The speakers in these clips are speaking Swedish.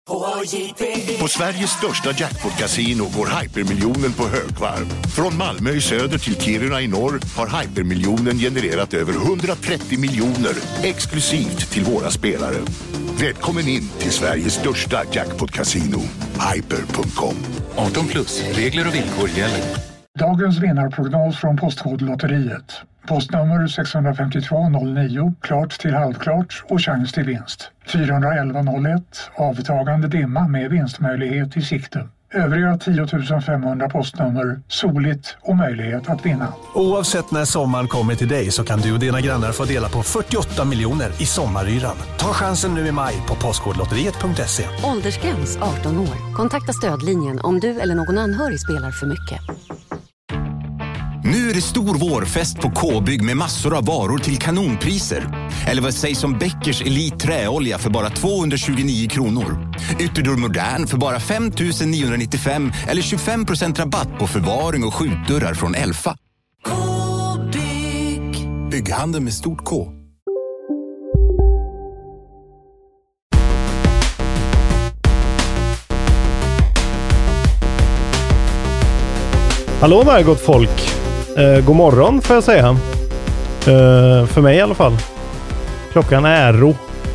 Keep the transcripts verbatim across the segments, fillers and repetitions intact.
På Sveriges största jackpot-casino går hypermiljonen på högvarv. Från Malmö i söder till Kiruna i norr har hypermiljonen genererat över hundratrettio miljoner exklusivt till våra spelare. Välkommen in till Sveriges största jackpot-casino, hyper punkt com. arton plus, regler och villkor gäller. Dagens vinnarprognos från Postkodlotteriet. Postnummer sex fem två noll nio, klart till halvklart och chans till vinst. fyra elva noll ett, avtagande dimma med vinstmöjlighet i sikte. Övriga tio tusen femhundra postnummer, soligt och möjlighet att vinna. Oavsett när sommaren kommer till dig så kan du och dina grannar få dela på fyrtioåtta miljoner i sommaryran. Ta chansen nu i maj på postkodlotteriet punkt se. Åldersgräns arton år. Kontakta stödlinjen om du eller någon anhörig spelar för mycket. Nu är det stor vårfest på K-bygg med massor av varor till kanonpriser. Eller vad sägs om Bäckers Elite träolja för bara tvåhundratjugonio kronor. Ytterdörr Modern för bara fem tusen niohundranittiofem eller tjugofem procent rabatt på förvaring och skjutdörrar från Elfa. K-bygg. Bygghandel med stort K. Hallå där gott folk. Eh, god morgon får jag säga. Eh, för mig i alla fall. Klockan är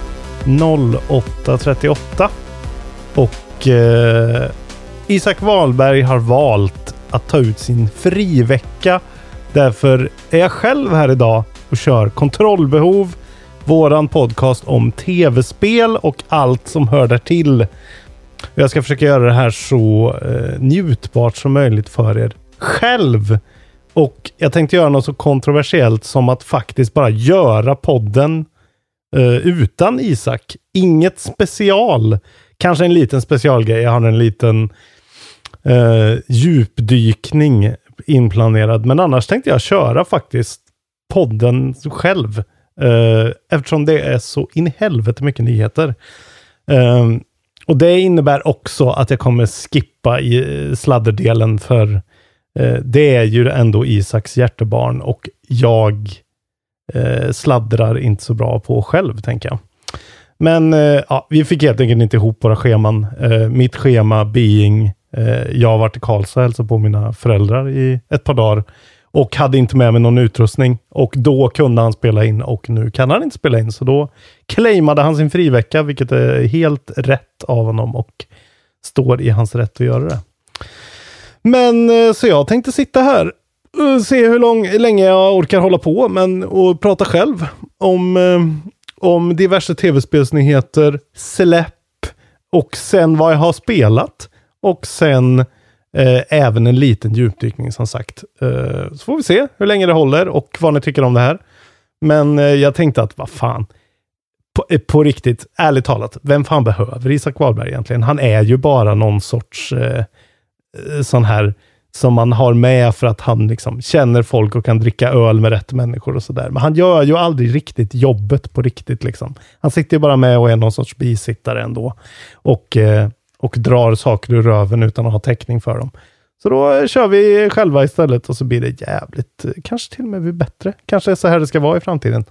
åtta trettioåtta. Och eh, Isak Wahlberg har valt att ta ut sin frivecka. Därför är jag själv här idag och kör Kontrollbehov. Våran podcast om tv-spel och allt som hör där till. Jag ska försöka göra det här så eh, njutbart som möjligt för er själv. Och jag tänkte göra något så kontroversiellt som att faktiskt bara göra podden uh, utan Isak. Inget special. Kanske en liten specialgrej. Jag har en liten uh, djupdykning inplanerad. Men annars tänkte jag köra faktiskt podden själv. Uh, eftersom det är så in i helvete mycket nyheter. Uh, och det innebär också att jag kommer skippa i sladderdelen för det är ju ändå Isaks hjärtebarn och jag eh, sladdrar inte så bra på själv, tänker jag. Men eh, ja, vi fick helt enkelt inte ihop våra scheman. Eh, mitt schema being eh, jag har varit i Karlstad och hälsat på mina föräldrar i ett par dagar och hade inte med mig någon utrustning och då kunde han spela in och nu kan han inte spela in, så då claimade han sin frivecka, vilket är helt rätt av honom och står i hans rätt att göra det. Men så jag tänkte sitta här och se hur lång, länge jag orkar hålla på men, och prata själv om, om diverse tv-spelsnyheter, släpp och sen vad jag har spelat och sen eh, även en liten djupdykning som sagt. Eh, så får vi se hur länge det håller och vad ni tycker om det här. Men eh, jag tänkte att vad fan, på, på riktigt, ärligt talat, vem fan behöver Isak Wahlberg egentligen? Han är ju bara någon sorts... Eh, sån här som man har med för att han liksom känner folk och kan dricka öl med rätt människor och sådär. Men han gör ju aldrig riktigt jobbet på riktigt liksom. Han sitter ju bara med och är någon sorts bisittare ändå. Och, eh, och drar saker ur röven utan att ha täckning för dem. Så då kör vi själva istället och så blir det jävligt, kanske till och med blir bättre. Kanske är så här det ska vara i framtiden.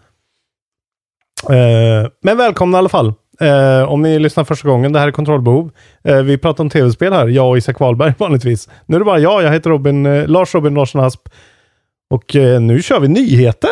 Eh, men välkomna i alla fall. Eh, om ni lyssnar första gången, det här är Kontrollbehov. Eh, vi pratar om tv-spel här, jag och Isak Wahlberg vanligtvis. Nu är det bara jag, jag heter Robin, eh, Lars Robin Larsson Asp. Och eh, nu kör vi nyheter.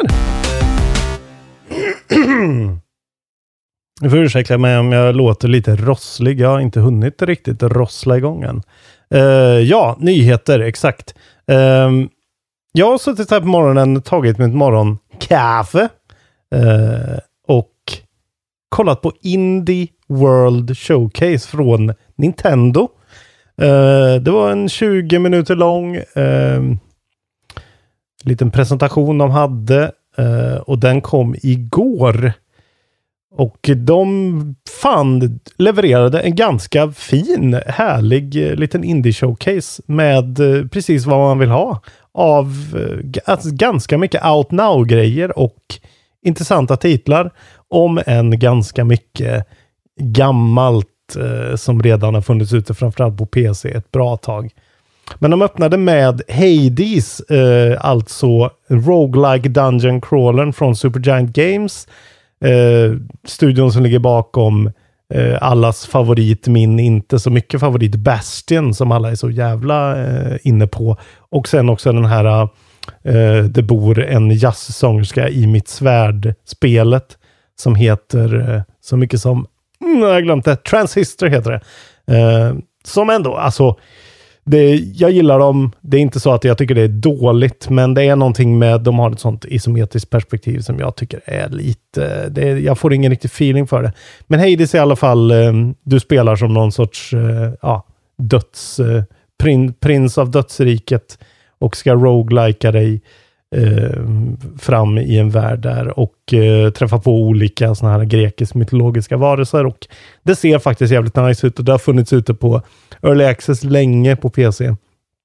Jag får ursäkta mig om jag låter lite rosslig. Jag har inte hunnit riktigt rossla igång än. Eh, ja, nyheter, exakt. Eh, jag har suttit här på morgonen, tagit mitt morgonkaffe. Eh, och kollat på Indie World Showcase från Nintendo. Uh, det var en tjugo minuter lång uh, liten presentation de hade uh, och den kom igår. Och de fan levererade en ganska fin, härlig uh, liten indie showcase med uh, precis vad man vill ha av uh, alltså ganska mycket out now-grejer och intressanta titlar om en ganska mycket gammalt eh, som redan har funnits ute framförallt på P C ett bra tag. Men de öppnade med Hades, eh, alltså roguelike dungeon crawlern från Supergiant Games. Eh, studion som ligger bakom eh, allas favorit, min inte så mycket favorit Bastion som alla är så jävla eh, inne på. Och sen också den här eh, det bor en jazzsångerska i mitt svärd-spelet som heter eh, så mycket som mm, jag har glömt det, Transistor heter det. Eh, som ändå, alltså det, jag gillar dem. Det är inte så att jag tycker det är dåligt, men det är någonting med, de har ett sånt isometriskt perspektiv som jag tycker är lite, det, jag får ingen riktig feeling för det. Men Hades i alla fall, eh, du spelar som någon sorts eh, ja, döds, eh, prin, prins av dödsriket och ska roguelika dig eh, fram i en värld där och eh, träffa på olika såna här grekisk mytologiska varelser, och det ser faktiskt jävligt nice ut och det har funnits ute på Early Access länge på P C.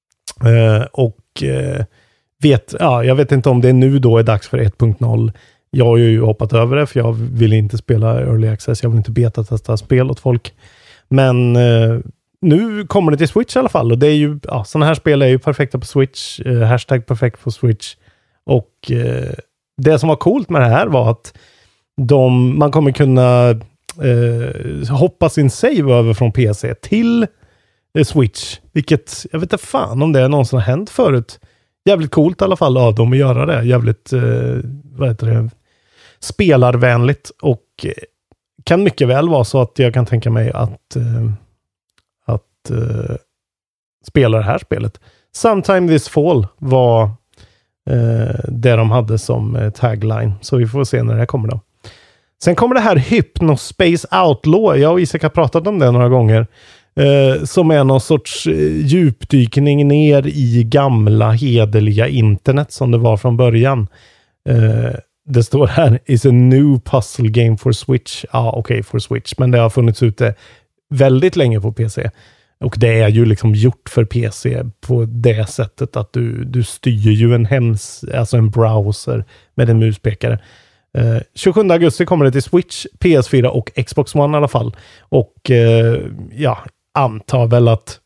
Eh, och eh, vet, ja, jag vet inte om det nu då är dags för ett punkt noll. Jag har ju hoppat över det för jag vill inte spela Early Access. Jag vill inte beta-testa spel åt folk. Men eh, nu kommer det till Switch i alla fall. Och det är ju, ja, sådana här spel är ju perfekta på Switch. Eh, hashtag perfekt på Switch. Och eh, det som var coolt med det här var att de, man kommer kunna eh, hoppa sin save över från P C till eh, Switch. Vilket, jag vet inte fan om det är någonsin har hänt förut. Jävligt coolt i alla fall av dem att göra det. Jävligt, eh, vad heter det, spelarvänligt. Och eh, kan mycket väl vara så att jag kan tänka mig att eh, att eh, spela det här spelet. Sometime this fall var eh, det de hade som eh, tagline. Så vi får se när det kommer då. Sen kommer det här Hypnospace Outlaw. Jag och Isak har pratat om det några gånger. Eh, som är någon sorts eh, djupdykning ner i gamla hederliga internet som det var från början. Eh, det står här, is a new puzzle game for Switch. Ja, ah, okej, okay, for Switch. Men det har funnits ute väldigt länge på P C. Och det är ju liksom gjort för P C på det sättet att du, du styr ju en hems, alltså en browser med en muspekare. Eh, tjugosjunde augusti kommer det till Switch, P S fyra och Xbox One i alla fall. Och eh, ja, antar väl att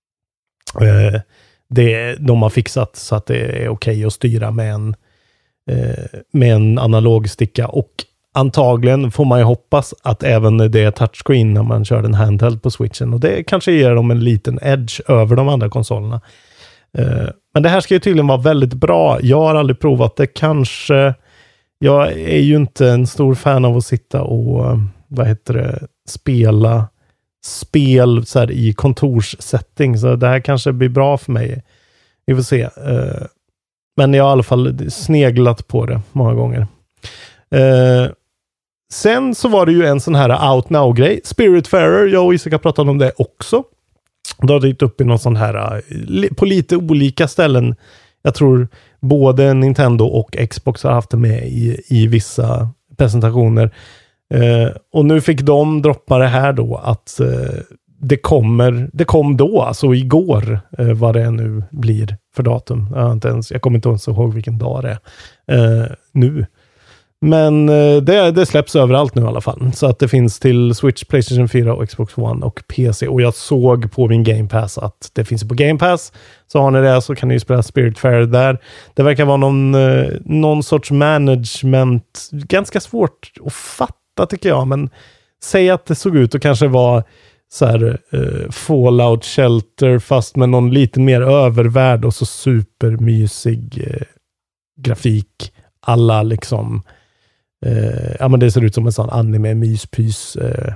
eh, det, de har fixat så att det är okej okay att styra med en, eh, med en analog sticka. Och antagligen får man ju hoppas att även det är touchscreen när man kör den handheld på Switchen. Och det kanske ger dem en liten edge över de andra konsolerna. Eh, men det här ska ju tydligen vara väldigt bra. Jag har aldrig provat det. Kanske... Jag är ju inte en stor fan av att sitta och, vad heter det, spela spel så här i kontorssetting. Så det här kanske blir bra för mig. Vi får se. Uh, men jag har i alla fall sneglat på det många gånger. Uh, sen så var det ju en sån här out now-grej. Spiritfarer, jag och Isak har pratat om det också. Det har dykt upp i någon sån här, på lite olika ställen. Jag tror både Nintendo och Xbox har haft det med i, i vissa presentationer. Eh, och nu fick de droppa det här då att eh, det kommer, det kom då, alltså igår, eh, vad det nu blir för datum. Jag, inte ens, jag kommer inte ens ihåg vilken dag det är eh, nu. Men eh, det, det släpps överallt nu i alla fall. Så att det finns till Switch, PlayStation fyra och Xbox One och P C. Och jag såg på min Game Pass att det finns på Game Pass. Så har ni det så kan ni ju spela Spiritfarer där. Det verkar vara någon, eh, någon sorts management. Ganska svårt att fatta tycker jag. Men säg att det såg ut och kanske var så här eh, Fallout Shelter fast med någon lite mer övervärld och så supermysig eh, grafik. Alla liksom Eh, ja men det ser ut som en sån anime myspys eh,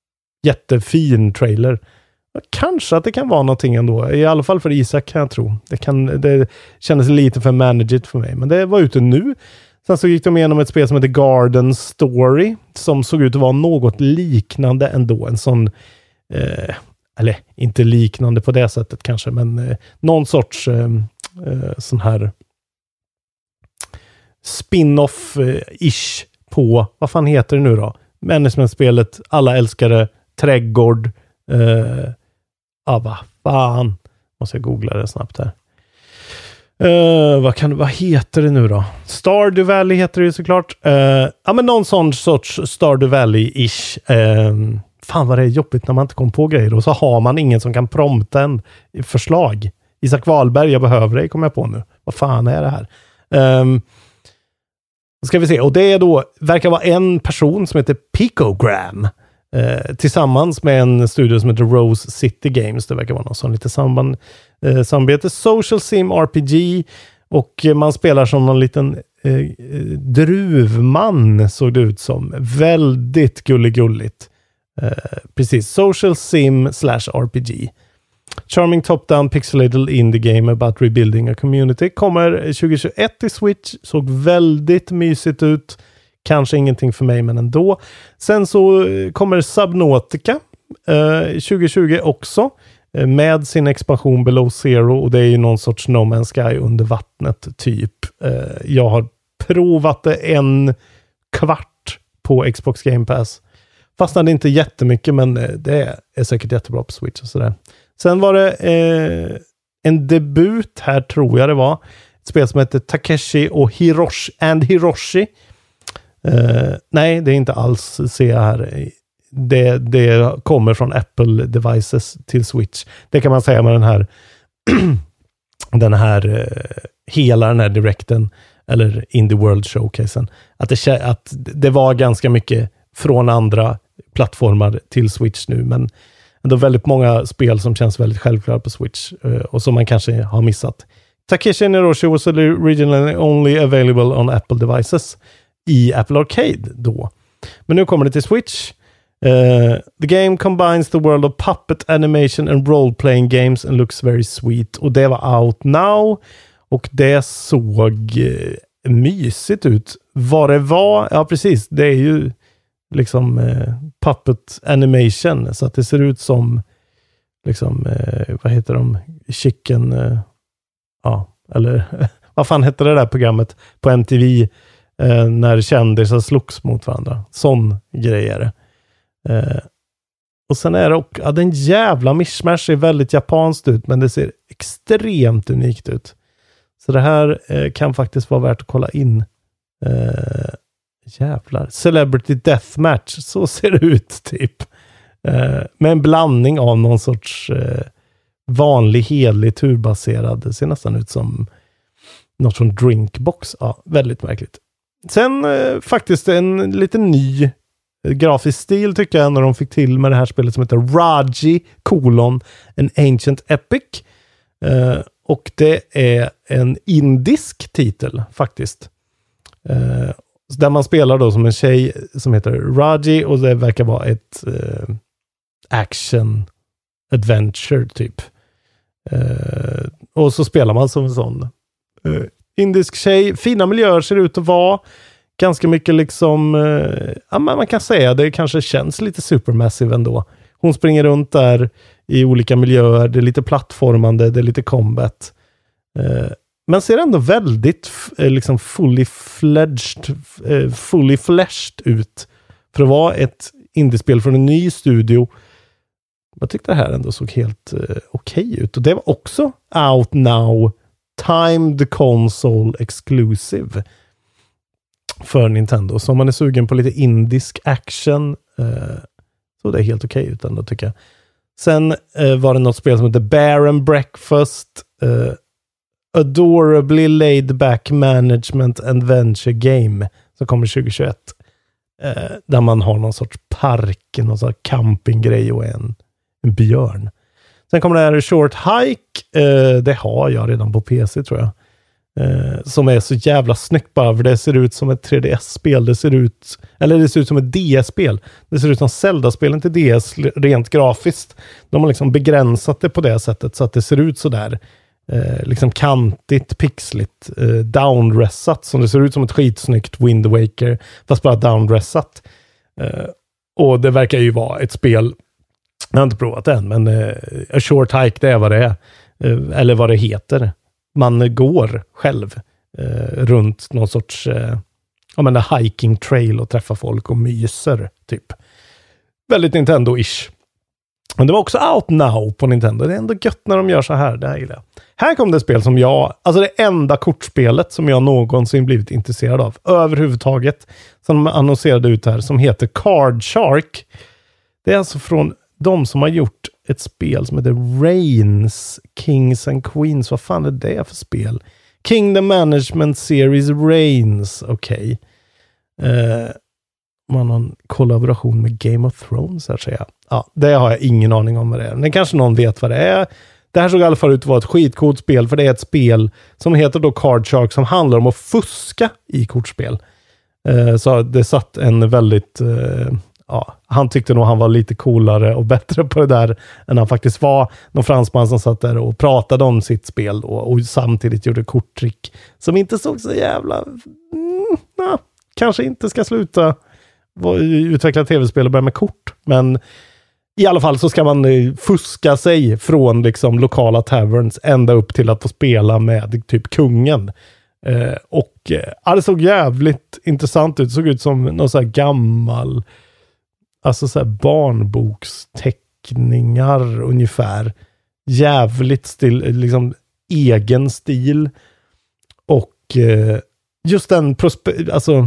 jättefin trailer. Kanske att det kan vara någonting ändå. I alla fall för Isak kan jag tro. Det, kan, det kändes lite för managed för mig. Men det var ute nu. Sen så gick de igenom ett spel som heter Garden Story. Som såg ut att vara något liknande ändå. En sån eh, eller inte liknande på det sättet kanske. Men eh, någon sorts eh, eh, sån här spin-off-ish på, vad fan heter det nu då? Management-spelet, alla älskare, trädgård, eh, ja vad fan, måste jag googla det snabbt här. Eh, vad, kan, vad heter det nu då? Stardew Valley heter det ju såklart. Eh, ja men någon sån sorts Stardew Valley-ish. Eh, fan vad det är jobbigt när man inte kommer på grejer och så har man ingen som kan prompta en förslag. Isak Wahlberg, jag behöver dig, kommer jag på nu. Vad fan är det här? Um, ska vi se, och det är då verkar vara en person som heter Picogram Eh, tillsammans med en studio som heter Rose City Games. Det verkar vara någon sån lite samband, eh, samarbete. Social Sim R P G och eh, man spelar som någon liten eh, druvman såg det ut som. Väldigt gulligulligt. Eh, precis. Social Sim slash R P G. Charming top-down pixelated indie game about rebuilding a community. Kommer tjugohundratjugoett i Switch. Såg väldigt mysigt ut. Kanske ingenting för mig, men ändå. Sen så kommer Subnautica eh, tjugohundratjugo också. Eh, med sin expansion Below Zero. Och det är ju någon sorts No Man's Sky under vattnet typ. Eh, jag har provat det en kvart på Xbox Game Pass. Fastnade inte jättemycket, men det är säkert jättebra på Switch och sådär. Sen var det eh, en debut här, tror jag det var. Ett spel som heter Takeshi och Hiroshi and Hiroshi. Eh, nej, det är inte alls, ser jag här. Det, det kommer från Apple Devices till Switch. Det kan man säga med den här den här eh, hela den här direkten eller Indie World Showcasen. Att det, att det var ganska mycket från andra plattformar till Switch nu, men ändå väldigt många spel som känns väldigt självklara på Switch uh, och som man kanske har missat. Takeshi and Hiroshi was originally only available on Apple devices i Apple Arcade då. Men nu kommer det till Switch. Uh, the game combines the world of puppet animation and role-playing games and looks very sweet. Och det var out now och det såg uh, mysigt ut. Vad det var, ja precis, det är ju liksom eh, puppet animation, så att det ser ut som liksom, eh, vad heter de? Chicken, eh, ja, eller vad fan heter det där programmet på M T V eh, när kändisar slogs mot varandra. Sån grej är det. Eh, och sen är det och, ja, den jävla mishmash ser väldigt japanskt ut, men det ser extremt unikt ut. Så det här eh, kan faktiskt vara värt att kolla in. Eh, Jävlar. Celebrity Deathmatch. Så ser det ut typ. Eh, med en blandning av någon sorts eh, vanlig, helig, turbaserad. Det ser nästan ut som något som Drinkbox. Ja, väldigt märkligt. Sen eh, faktiskt en lite ny eh, grafisk stil tycker jag när de fick till med det här spelet som heter Raji kolon en Ancient Epic. Eh, och det är en indisk titel faktiskt. Eh, där man spelar då som en tjej som heter Raji och det verkar vara ett eh, action adventure typ. Eh, och så spelar man som en sån eh, indisk tjej. Fina miljöer ser ut att vara. Ganska mycket liksom eh, ja, man kan säga det kanske känns lite supermassive ändå. Hon springer runt där i olika miljöer. Det är lite plattformande, det är lite combat. Eh, Men ser ändå väldigt eh, liksom fully fledged, eh, fully fleshed ut. För att vara ett indiespel från en ny studio. Jag tyckte det här ändå såg helt eh, okej okay ut. Och det var också out now, timed console exclusive för Nintendo. Så om man är sugen på lite indisk action eh, så det är helt okej okay ut ändå tycker jag. Sen eh, var det något spel som heter Bear and Breakfast. Eh, Adorably laid back management and venture game som kommer tjugohundratjugoett. Eh, där man har någon sorts park, någon sorts campinggrej och en, en björn. Sen kommer det här Short Hike. Eh, det har jag redan på P C tror jag. Eh, som är så jävla snyggt bara för det ser ut som ett tre D S-spel. Det ser ut, eller det ser ut som ett D S-spel. Det ser ut som Zelda-spelen till D S rent grafiskt. De har liksom begränsat det på det sättet så att det ser ut så där. Eh, liksom kantigt, pixligt, eh, downressat som det ser ut som ett skitsnyggt Wind Waker fast bara downressat. Eh, och det verkar ju vara ett spel, jag har inte provat det än, men eh, A Short Hike det är vad det är. Eh, eller vad det heter. Man går själv eh, runt någon sorts eh, ja, men en hiking trail och träffar folk och myser typ. Väldigt Nintendo-ish. Men det var också out now på Nintendo. Det är ändå gött när de gör så här. Det här gillar jag. Här kom det spel som jag, alltså det enda kortspelet som jag någonsin blivit intresserad av överhuvudtaget, som de annonserade ut här, som heter Card Shark. Det är alltså från de som har gjort ett spel som heter Reigns, Kings and Queens. Vad fan är det för spel? Kingdom Management Series Reigns. Okej. Okay. Uh, man har en kollaboration med Game of Thrones här, säger jag. Ja, det har jag ingen aning om vad det är. Men kanske någon vet vad det är. Det här såg i alla fall ut att vara ett skitcoolt spel, för det är ett spel som heter då Card Shark, som handlar om att fuska i kortspel. Eh, så det satt en väldigt... Eh, ja, han tyckte nog han var lite coolare och bättre på det där än han faktiskt var. Någon fransman som satt där och pratade om sitt spel då, och samtidigt gjorde korttrick som inte såg så jävla... Mm, ja, kanske inte ska sluta utveckla tv-spel och börja med kort, men i alla fall så ska man fuska sig från liksom lokala taverns ända upp till att få spela med typ kungen. Eh, och ja, det såg jävligt intressant ut. Det såg ut som någon så här gammal, alltså så här barnboksteckningar ungefär. Jävligt stil, liksom egen stil. Och eh, just den prospe- alltså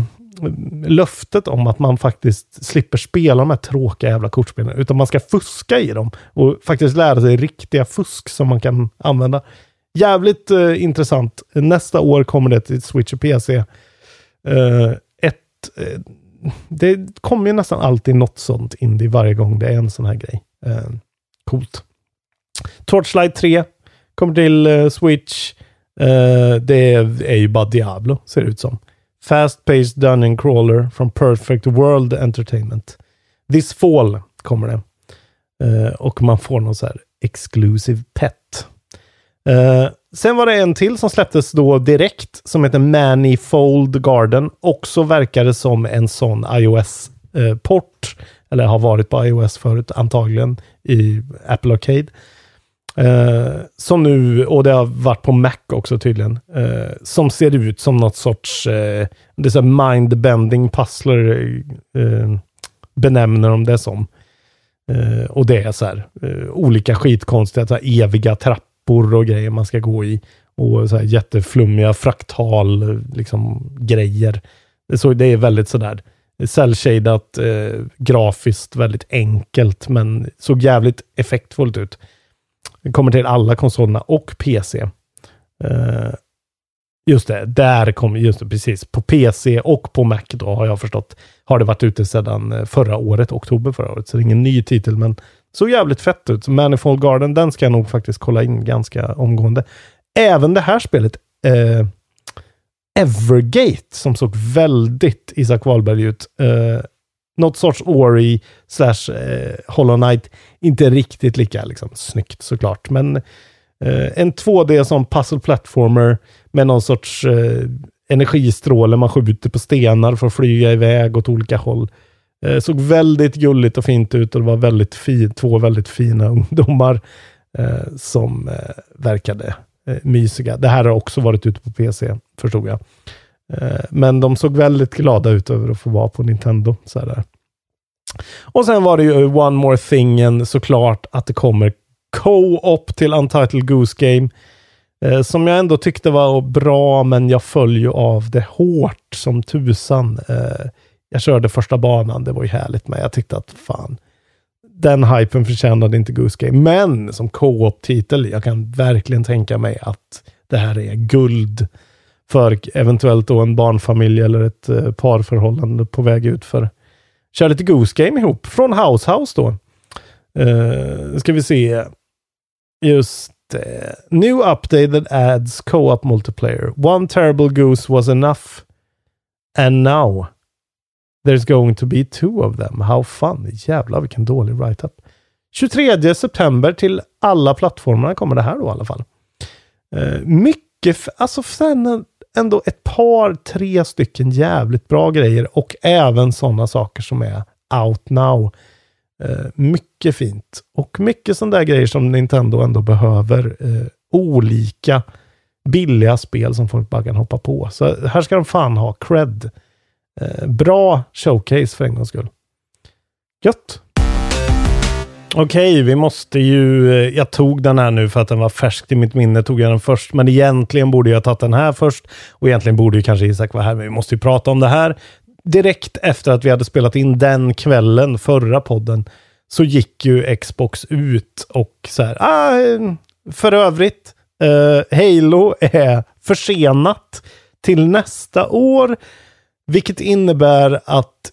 löftet om att man faktiskt slipper spela de här tråkiga jävla kortspelen, utan man ska fuska i dem och faktiskt lära sig riktiga fusk som man kan använda. Jävligt eh, intressant. Nästa år kommer det till Switch och P C. Eh, ett, eh, det kommer ju nästan alltid något sånt indie varje gång det är en sån här grej. Eh, coolt. Torchlight tre kommer till eh, Switch. Eh, det är ju bara Diablo, ser det ut som. Fast-paced dungeon crawler from Perfect World Entertainment. This fall kommer det. Uh, och man får någon så här exclusive pet. Uh, sen var det en till som släpptes då direkt som heter Manifold Garden. Också verkade som en sån iOS-port. Uh, eller har varit på iOS förut antagligen i Apple Arcade. Uh, som nu, och det har varit på Mac också tydligen, uh, som ser ut som något sorts uh, det är så här mind-bending puzzler uh, benämner de det som. Uh, och det är så här uh, olika skitkonstiga så här, eviga trappor och grejer man ska gå i, och så här jätteflummiga fraktal liksom grejer. Så det är väldigt sådär cell-shadat, uh, grafiskt väldigt enkelt, men såg jävligt effektfullt ut. Det kommer till alla konsolerna och P C. Uh, just det, där kommer just det, precis. På P C och på Mac då har jag förstått. Har det varit ute sedan förra året, oktober förra året. Så det är ingen ny titel, men så jävligt fett ut. Manifold Garden, den ska jag nog faktiskt kolla in ganska omgående. Även det här spelet, uh, Evergate, som såg väldigt Isak Wahlberg ut. Uh, något sorts Ori slash eh, Hollow Knight. Inte riktigt lika liksom, snyggt såklart. Men eh, en två D som puzzle platformer med någon sorts eh, energistråle man skjuter på stenar för att flyga iväg åt olika håll. Eh, såg väldigt gulligt och fint ut, och det var väldigt fi- två väldigt fina ungdomar eh, som eh, verkade eh, mysiga. Det här har också varit ute på P C, förstod jag. Men de såg väldigt glada ut över att få vara på Nintendo. Så där. Och sen var det ju One More Thingen, såklart att det kommer co-op till Untitled Goose Game. Eh, som jag ändå tyckte var bra, men jag följer av det hårt som tusan. Eh, jag körde första banan, det var ju härligt, men jag tyckte att fan, den hypen förtjänade inte Goose Game. Men som co-op-titel, jag kan verkligen tänka mig att det här är guld för eventuellt då en barnfamilj eller ett uh, parförhållande på väg ut för. Kör lite Goose Game ihop från House House då. Uh, ska vi se. Just uh, new updated adds co-op multiplayer. One terrible goose was enough. And now there's going to be two of them. How fun. Jävlar vilken dålig write-up. tjugotredje september till alla plattformarna kommer det här då i alla fall. Uh, mycket, f- alltså sen ändå ett par, tre stycken jävligt bra grejer, och även sådana saker som är out now. Uh, mycket fint. Och mycket sådana där grejer som Nintendo ändå behöver. Uh, olika billiga spel som folk bara kan hoppa på. Så här ska de fan ha cred. Uh, bra showcase för en gångs skull. Gött. Okej, okay, vi måste ju... Jag tog den här nu för att den var färsk i mitt minne. Tog jag den först. Men egentligen borde jag ha tagit den här först. Och egentligen borde ju kanske Isak vara här. Men vi måste ju prata om det här. Direkt efter att vi hade spelat in den kvällen, förra podden, så gick ju Xbox ut och så här... Ah, för övrigt, uh, Halo är försenat till nästa år. Vilket innebär att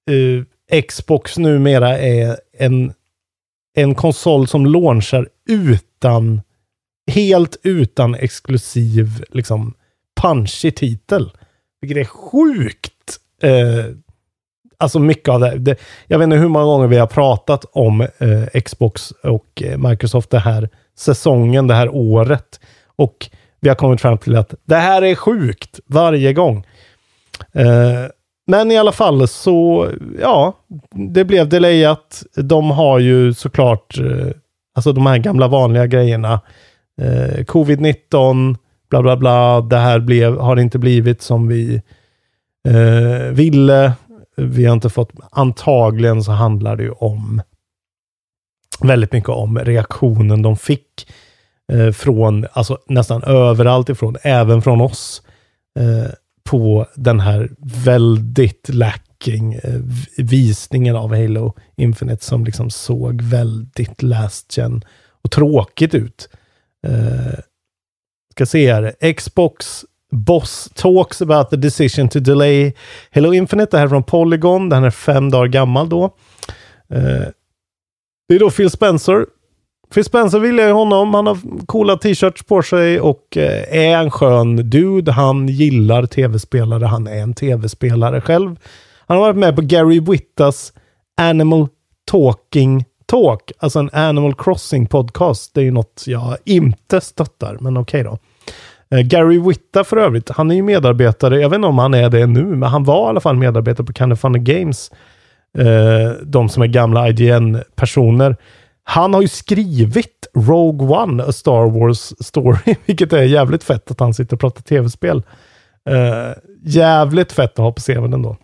uh, Xbox numera är en, en konsol som launchar utan helt utan exklusiv liksom punchig titel. Vilket är sjukt. Uh, alltså mycket av det. det. Jag vet inte hur många gånger vi har pratat om uh, Xbox och uh, Microsoft det här säsongen, det här året. Och vi har kommit fram till att det här är sjukt varje gång. Uh, men i alla fall så, ja, det blev delayat. De har ju såklart, uh, alltså de här gamla vanliga grejerna. Uh, covid nitton, bla bla bla. Det här blev, har inte blivit som vi uh, ville. Vi har inte fått, antagligen så handlar det ju om väldigt mycket om reaktionen de fick eh, från, alltså nästan överallt ifrån, även från oss eh, på den här väldigt lacking eh, visningen av Halo Infinite som liksom såg väldigt last gen och tråkigt ut. Eh, ska se här, Xbox Boss talks about the decision to delay Halo Infinite. Det här är från Polygon. Den är fem dagar gammal då. Eh, det är då Phil Spencer. Phil Spencer vill jag honom. Han har coola t-shirts på sig och eh, är en skön dude. Han gillar tv-spelare. Han är en tv-spelare själv. Han har varit med på Gary Whittas Animal Talking Talk. Alltså en Animal Crossing podcast. Det är ju något jag inte stöttar. Men okej okay då. Gary Whitta för övrigt, han är ju medarbetare, jag vet inte om han är det nu, men han var i alla fall medarbetare på Kind of Funny Games. Eh, de som är gamla I G N-personer. Han har ju skrivit Rogue One, A Star Wars Story, vilket är jävligt fett att han sitter och pratar tv-spel. Eh, jävligt fett att ha på C V:n ändå.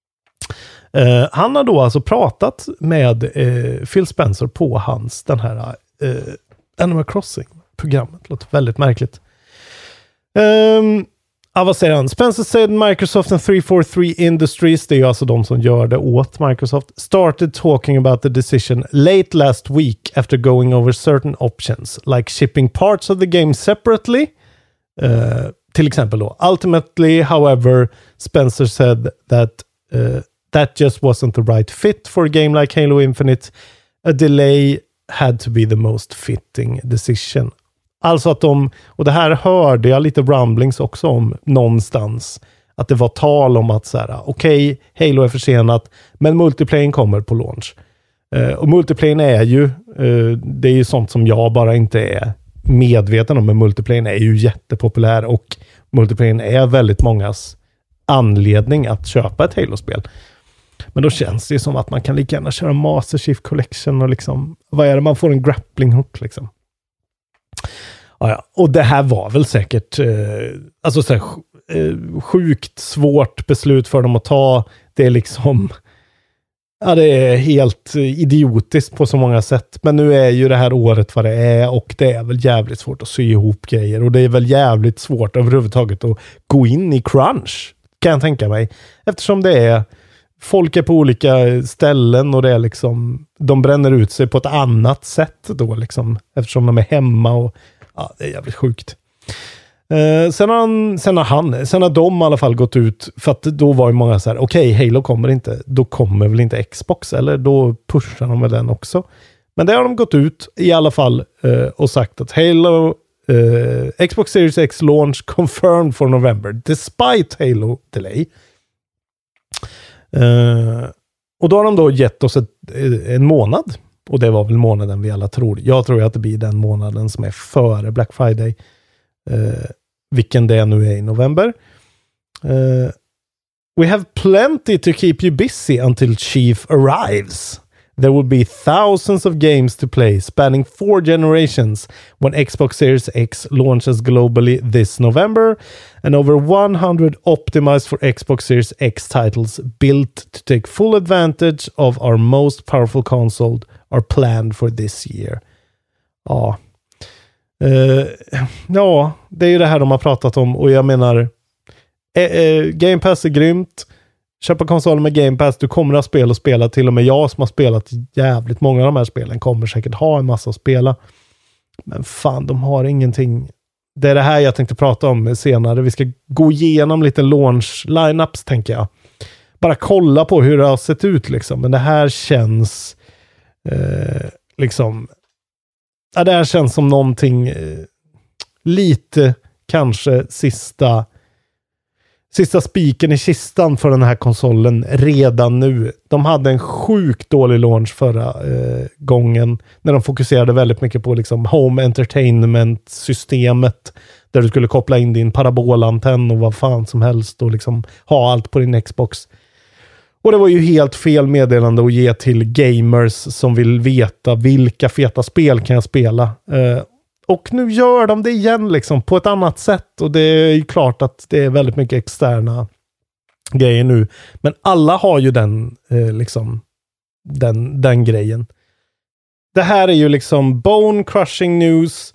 Eh, han har då alltså pratat med eh, Phil Spencer på hans, den här eh, Animal Crossing-programmet. Låter väldigt märkligt. Um, ah, vad säger han? Spencer said Microsoft and three forty-three Industries, det är ju alltså de som gör det åt Microsoft, started talking about the decision late last week after going over certain options, like shipping parts of the game separately. Uh, till exempel då. Ultimately, however, Spencer said that uh, that just wasn't the right fit for a game like Halo Infinite. A delay had to be the most fitting decision. Alltså att de, och det här hörde jag lite rumblings också om någonstans, att det var tal om att så här, okej, okay, Halo är försenat, men multiplayen kommer på launch. Uh, och multiplayen är ju, uh, det är ju sånt som jag bara inte är medveten om, men multiplayen är ju jättepopulär och multiplayen är väldigt mångas anledning att köpa ett Halo-spel. Men då känns det ju som att man kan lika gärna köra Master Chief Collection och liksom, vad är det, man får en grappling hook liksom. Ja, ja. Och det här var väl säkert eh, alltså så här, eh, sjukt svårt beslut för dem att ta. Det är liksom, ja, det är helt idiotiskt på så många sätt. Men nu är ju det här året vad det är och det är väl jävligt svårt att sy ihop grejer. Och det är väl jävligt svårt överhuvudtaget att gå in i crunch, kan jag tänka mig. Eftersom det är, folk är på olika ställen och det är liksom, de bränner ut sig på ett annat sätt då liksom, eftersom de är hemma och ja, det är jävligt sjukt. Eh, sen, har han, sen har han, sen har de i alla fall gått ut, för att då var ju många så här, okej, okay, Halo kommer inte, då kommer väl inte Xbox, eller då pushar de med den också. Men det har de gått ut i alla fall eh, och sagt att Halo, eh, Xbox Series X launch confirmed for November, despite Halo delay. Uh, och då har de då gett oss ett, en månad, och det var väl månaden vi alla tror. Jag tror att det blir den månaden som är före Black Friday, uh, vilken det nu är i november. Uh, we have plenty to keep you busy until Chief arrives. There will be thousands of games to play spanning four generations when Xbox Series X launches globally this November, and over one hundred optimized for Xbox Series X titles built to take full advantage of our most powerful console are planned for this year. Ja. Uh, ja, det är ju det här de har pratat om, och jag menar eh, eh, Game Pass är grymt. Köpa konsolen med Game Pass, du kommer att spela och spela. Till och med jag som har spelat jävligt många av de här spelen kommer säkert ha en massa att spela. Men fan, de har ingenting. Det är det här jag tänkte prata om senare. Vi ska gå igenom lite launch lineups, tänker jag. bara kolla på hur det har sett ut liksom. Men det här känns eh, liksom ja, det här känns som någonting eh, lite kanske sista sista spiken i kistan för den här konsolen redan nu. De hade en sjukt dålig launch förra eh, gången när de fokuserade väldigt mycket på liksom home entertainment systemet där du skulle koppla in din parabolantenn och vad fan som helst och liksom ha allt på din Xbox. Och det var ju helt fel meddelande att ge till gamers som vill veta vilka feta spel kan jag spela. Eh, och nu gör de det igen liksom på ett annat sätt. Och det är ju klart att det är väldigt mycket externa grejer nu. Men alla har ju den eh, liksom den, den grejen. Det här är ju liksom bone crushing news.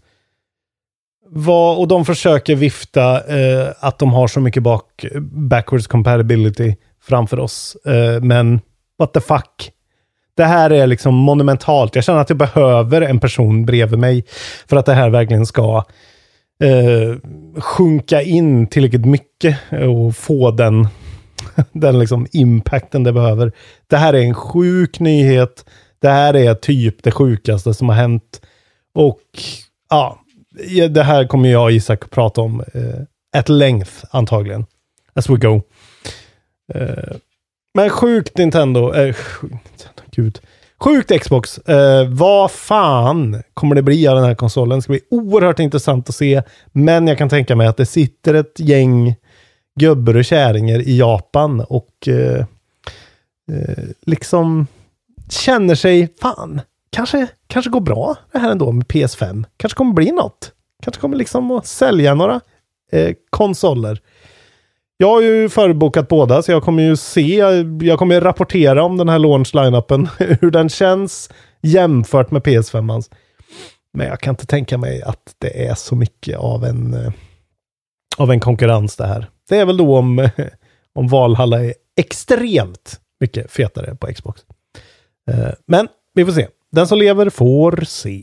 Vad, och de försöker vifta eh, att de har så mycket bak, backwards compatibility framför oss. Eh, men what the fuck? Det här är liksom monumentalt. Jag känner att jag behöver en person bredvid mig för att det här verkligen ska eh, sjunka in tillräckligt mycket och få den, den liksom impacten det behöver. Det här är en sjuk nyhet. Det här är typ det sjukaste som har hänt. Och ja, det här kommer jag och Isak att prata om eh, at length antagligen. As we go. Eh, men sjukt Nintendo. Eh, sjukt Nintendo, gud. Sjukt Xbox. Eh, vad fan kommer det bli av den här konsolen? Det ska bli oerhört intressant att se. Men jag kan tänka mig att det sitter ett gäng gubbar och käringar i Japan och eh, eh, liksom känner sig fan. Kanske, kanske går bra det här ändå med P S fem. Kanske kommer bli något. Kanske kommer liksom att sälja några eh, konsoler. Jag har ju förbokat båda så jag kommer ju se, jag kommer rapportera om den här launch-line-upen. Hur den känns jämfört med P S fem. Men jag kan inte tänka mig att det är så mycket av en eh, av en konkurrens det här. Det är väl då om, om Valhalla är extremt mycket fetare på Xbox. Eh, men vi får se. Den som lever får se.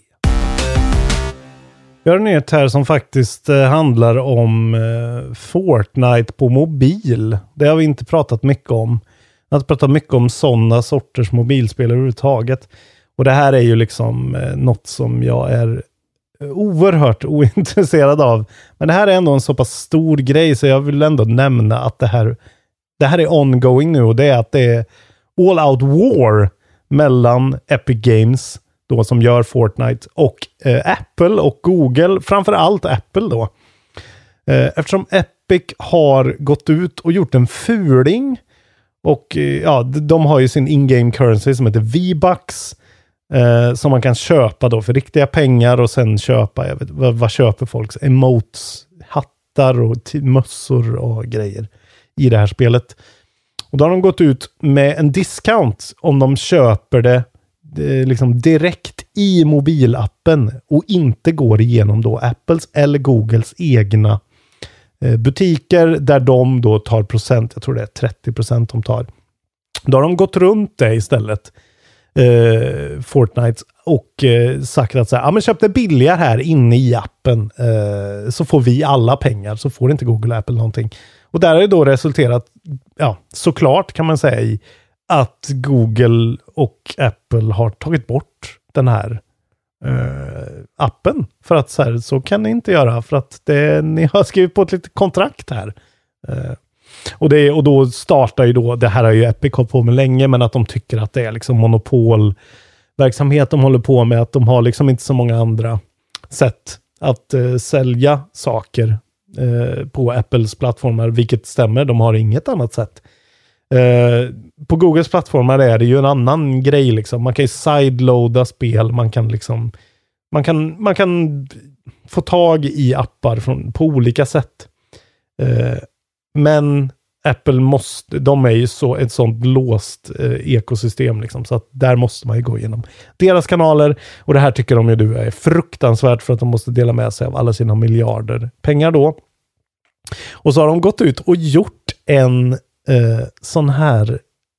Vi har en nyhet här som faktiskt eh, handlar om eh, Fortnite på mobil. Det har vi inte pratat mycket om. Jag har inte pratat mycket om sådana sorters mobilspel överhuvudtaget. Och det här är ju liksom eh, något som jag är oerhört ointresserad av. Men det här är ändå en så pass stor grej så jag vill ändå nämna att det här, det här är ongoing nu. Och det är att det är all out war mellan Epic Games då som gör Fortnite och eh, Apple och Google, framförallt Apple då. Eh, eftersom Epic har gått ut och gjort en fuling och eh, ja, de har ju sin in-game currency som heter V-Bucks eh, som man kan köpa då för riktiga pengar och sen köpa, jag vet, vad, vad köper folk? Emotes, hattar och t- mössor och grejer i det här spelet. Och då har de gått ut med en discount om de köper det liksom direkt i mobilappen och inte går igenom då Apples eller Googles egna eh, butiker där de då tar procent, jag tror det är trettio procent de tar. Då har de gått runt det istället eh, Fortnite och eh, sagt att så här, ja men köp det billigare här inne i appen eh, så får vi alla pengar, så får inte Google och Apple någonting. Och där har det då resulterat, ja såklart kan man säga i att Google och Apple har tagit bort den här uh, appen. För att så, här, så kan ni inte göra. För att det, ni har skrivit på ett litet kontrakt här. Uh, och, det, och då startar ju då, det här har ju Epic hållit på med länge, men att de tycker att det är liksom monopolverksamhet de håller på med. Att de har liksom inte så många andra sätt att uh, sälja saker uh, på Apples plattformar. Vilket stämmer, de har inget annat sätt. Uh, på Googles plattformar är det ju en annan grej liksom. Man kan ju sideloada spel, man kan liksom man kan, man kan få tag i appar från, på olika sätt. Uh, men Apple måste, de är ju så ett sånt låst uh, ekosystem liksom, så att där måste man ju gå igenom deras kanaler, och det här tycker de ju du är fruktansvärt för att de måste dela med sig av alla sina miljarder pengar då. Och så har de gått ut och gjort en Uh, sån här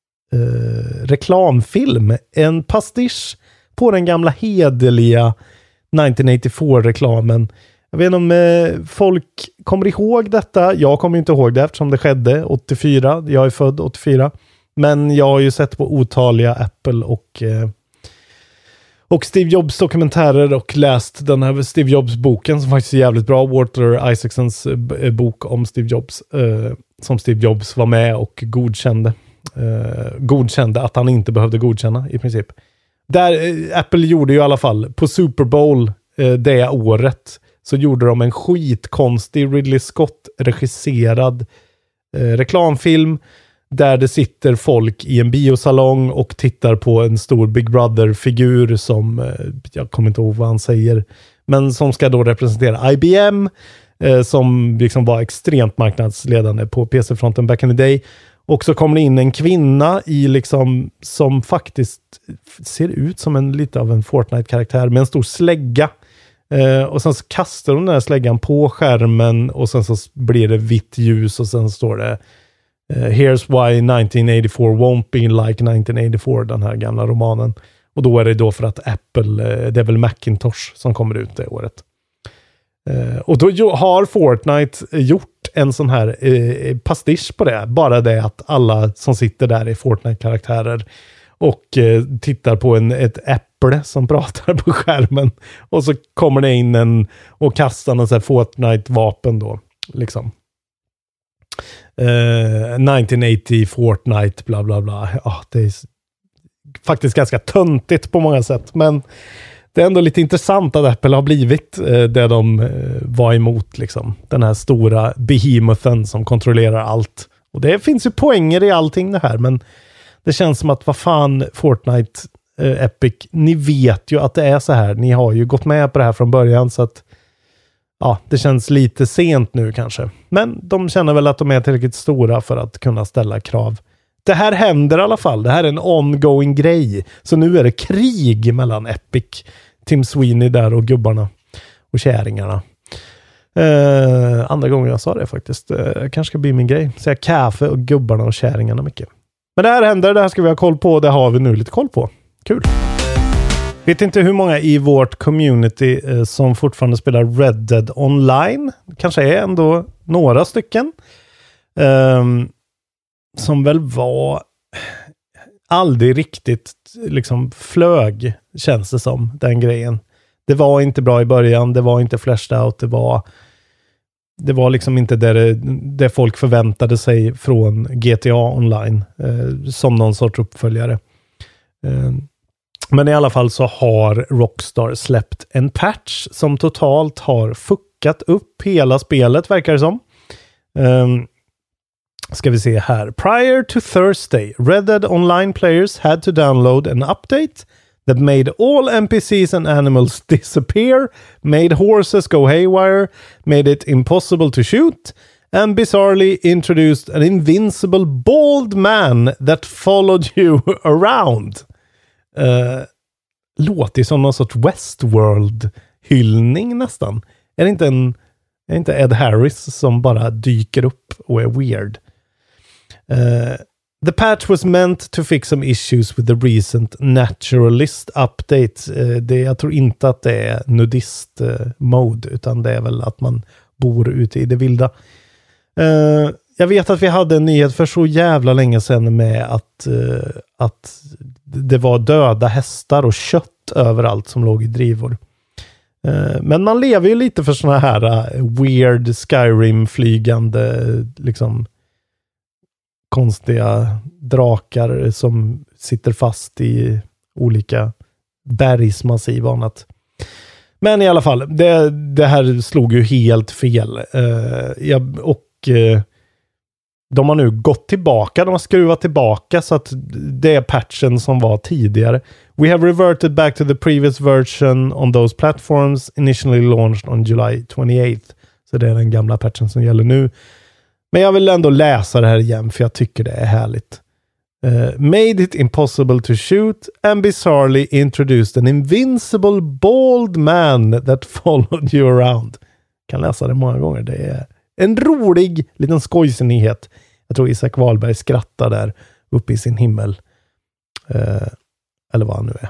uh, reklamfilm, en pastisch på den gamla hederliga nittonhundraåttiofyra-reklamen. Jag vet inte om uh, folk kommer ihåg detta. Jag kommer inte ihåg det eftersom det skedde åttiofyra. Jag är född åttiofyra. Men jag har ju sett på otaliga Apple och eh, och Steve Jobs dokumentärer och läst den här Steve Jobs-boken som faktiskt är jävligt bra. Walter Isaacsons b- bok om Steve Jobs. Eh, som Steve Jobs var med och godkände. Eh, godkände att han inte behövde godkänna i princip. Där eh, Apple gjorde ju i alla fall på Super Bowl eh, det året så gjorde de en skitkonstig Ridley Scott regisserad eh, reklamfilm där det sitter folk i en biosalong och tittar på en stor Big Brother-figur som, eh, jag kommer inte ihåg vad han säger, men som ska då representera I B M eh, som liksom var extremt marknadsledande på P C-fronten back in the day. Och så kommer det in en kvinna i liksom, som faktiskt ser ut som en lite av en Fortnite-karaktär med en stor slägga. Eh, och sen så kastar hon den här släggan på skärmen och sen så blir det vitt ljus och sen står det uh, Here's why nineteen eighty-four won't be like nineteen eighty-four, den här gamla romanen. Och då är det då för att Apple, uh, det är väl Macintosh som kommer ut det året. Uh, och då har Fortnite gjort en sån här uh, pastisch på det. Bara det att alla som sitter där är Fortnite-karaktärer och uh, tittar på en, ett äpple som pratar på skärmen. Och så kommer det in en och kastar en sån här Fortnite-vapen då. Liksom. Uh, nineteen eighty Fortnite, bla bla bla. Ja, det är faktiskt ganska töntigt på många sätt. Men det är ändå lite intressant att Apple har blivit uh, det de uh, var emot. Liksom. Den här stora behemoten som kontrollerar allt. Och det finns ju poänger i allting det här. Men det känns som att vad fan Fortnite, uh, Epic, ni vet ju att det är så här. Ni har ju gått med på det här från början så att ja, det känns lite sent nu kanske. Men de känner väl att de är tillräckligt stora för att kunna ställa krav. Det här händer i alla fall. Det här är en ongoing grej. Så nu är det krig mellan Epic, Tim Sweeney där och gubbarna och käringarna. Eh, andra gången jag sa det faktiskt. Eh, kanske ska bli min grej. Säga kaffe och gubbarna och käringarna mycket. Men det här händer. Det här ska vi ha koll på. Det har vi nu lite koll på. Kul. Vet inte hur många i vårt community eh, som fortfarande spelar Red Dead Online. Kanske är ändå några stycken. Um, som väl var aldrig riktigt liksom flög, känns det som, den grejen. Det var inte bra i början. Det var inte flashed out. Det var, det var liksom inte det, det, det folk förväntade sig från G T A Online. Eh, som någon sorts uppföljare. Um, Men i alla fall så har Rockstar släppt en patch som totalt har fuckat upp hela spelet, verkar det som. Um, ska vi se här. Prior to Thursday, Red Dead Online players had to download an update that made all N P Cs and animals disappear, made horses go haywire, made it impossible to shoot, and bizarrely introduced an invincible bald man that followed you around. Uh, låter som någon sorts Westworld-hyllning nästan. Är det inte en är det inte Ed Harris som bara dyker upp och är weird? Uh, the patch was meant to fix some issues with the recent naturalist update. Uh, det, jag tror inte att det är nudist uh, mode, utan det är väl att man bor ute i det vilda. Uh, Jag vet att vi hade en nyhet för så jävla länge sedan med att, uh, att det var döda hästar och kött överallt som låg i drivor. Uh, men man lever ju lite för såna här uh, weird Skyrim-flygande liksom konstiga drakar som sitter fast i olika bergsmassiv och annat. Men i alla fall, det, det här slog ju helt fel. Uh, jag, och uh, de har nu gått tillbaka, de har skruvat tillbaka så att det är patchen som var tidigare. We have reverted back to the previous version on those platforms initially launched on July twenty-eighth. Så det är den gamla patchen som gäller nu. Men jag vill ändå läsa det här igen för jag tycker det är härligt. Uh, made it impossible to shoot and bizarrely introduced an invincible bald man that followed you around. Kan läsa det många gånger. Det är en rolig liten skojsig nyhet. Jag tror Isak Wahlberg skrattar där uppe i sin himmel. Uh, eller vad han nu är.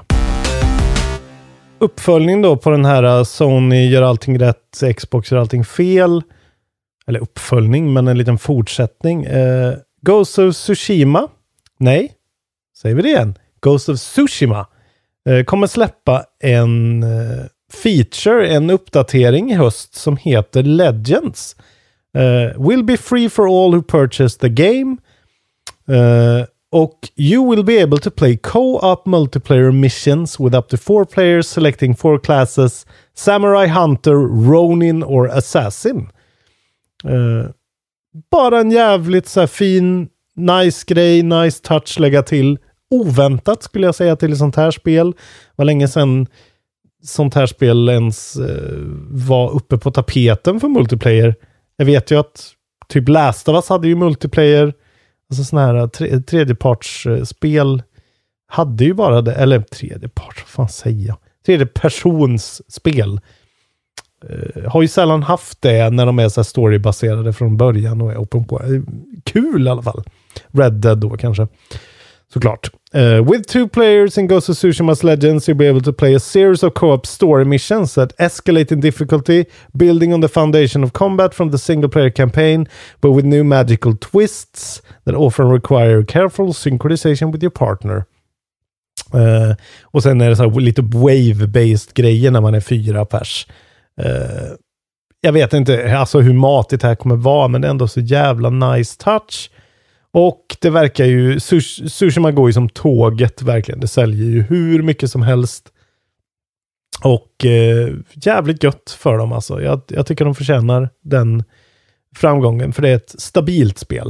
Uppföljning då på den här Sony gör allting rätt, Xbox gör allting fel. Eller uppföljning, men en liten fortsättning. Uh, Ghost of Tsushima nej, säger vi det igen. Ghost of Tsushima eh, kommer släppa en eh, feature, en uppdatering i höst som heter Legends. Uh, will be free for all who purchase the game. Uh, och you will be able to play co-op multiplayer missions with up to four players selecting four classes: Samurai, Hunter, Ronin or Assassin. Uh, bara en jävligt så här fin, nice grej, nice touch lägga till. Oväntat skulle jag säga till ett sånt här spel. Var länge sedan sånt här spel ens uh, var uppe på tapeten för multiplayer. Jag vet ju att typ Last of Us hade ju multiplayer. Alltså sådana här tre, tredjepartsspel hade ju bara det. Eller tredjepart, vad fan säger jag? Tredjepersonsspel. Uh, har ju sällan haft det när de är så här storybaserade från början och är open på. Kul i alla fall. Red Dead då kanske. Såklart. Uh, with two players in Ghost of Tsushima's Legends, you'll be able to play a series of co-op story missions that escalate in difficulty, building on the foundation of combat from the single-player campaign, but with new magical twists that often require careful synchronization with your partner. Uh, och sen är det så här lite wave-based grejer när man är fyra pers. Uh, jag vet inte alltså hur matigt det här kommer vara, men det är ändå så jävla nice touch. Och det verkar ju, Tsushima går ju som tåget verkligen. Det säljer ju hur mycket som helst. Och eh, jävligt gött för dem alltså. Jag, jag tycker de förtjänar den framgången. För det är ett stabilt spel.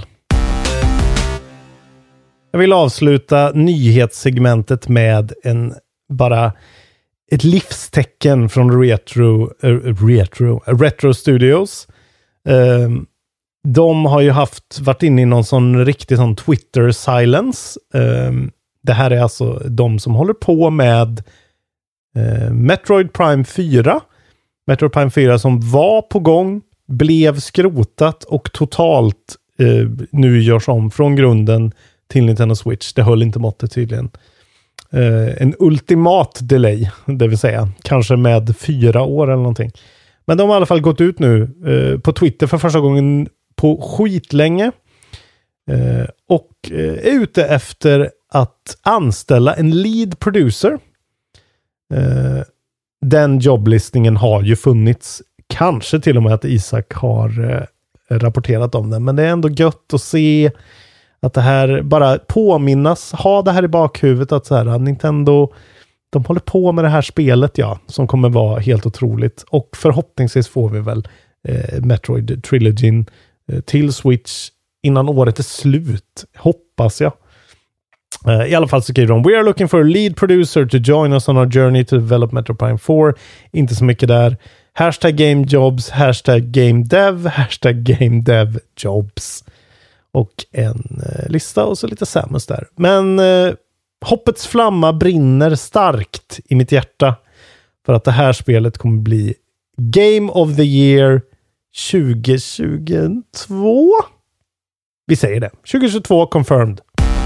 Jag vill avsluta nyhetssegmentet med en bara ett livstecken från Retro, uh, Retro, uh, Retro Studios. Um, De har ju haft, varit inne i någon sån riktig sån Twitter silence. Um, det här är alltså de som håller på med uh, Metroid Prime fyra. Metroid Prime fyra som var på gång, blev skrotat och totalt uh, nu görs om från grunden till Nintendo Switch. Det höll inte måttet tydligen. Uh, en ultimat delay, det vill säga. Kanske med fyra år eller någonting. Men de har i alla fall gått ut nu uh, på Twitter för första gången på skitlänge eh, och eh, är ute efter att anställa en lead producer. Eh, den jobblistningen har ju funnits. Kanske till och med att Isak har eh, rapporterat om den. Men det är ändå gött att se att det här bara påminnas. Ha det här i bakhuvudet att så här, Nintendo, de håller på med det här spelet, ja, som kommer vara helt otroligt. Och förhoppningsvis får vi väl eh, Metroid Trilogyn till Switch innan året är slut. Hoppas jag. Uh, I alla fall så skriver de: We are looking for a lead producer to join us on our journey to develop Metroid Prime four. Inte så mycket där. Hashtag game jobs, hashtag game dev, hashtag game dev jobs. Och en uh, lista och så lite Samus där. Men uh, hoppets flamma brinner starkt i mitt hjärta för att det här spelet kommer bli Game of the Year tjugo tjugotvå. Vi säger det. tjugo tjugotvå confirmed.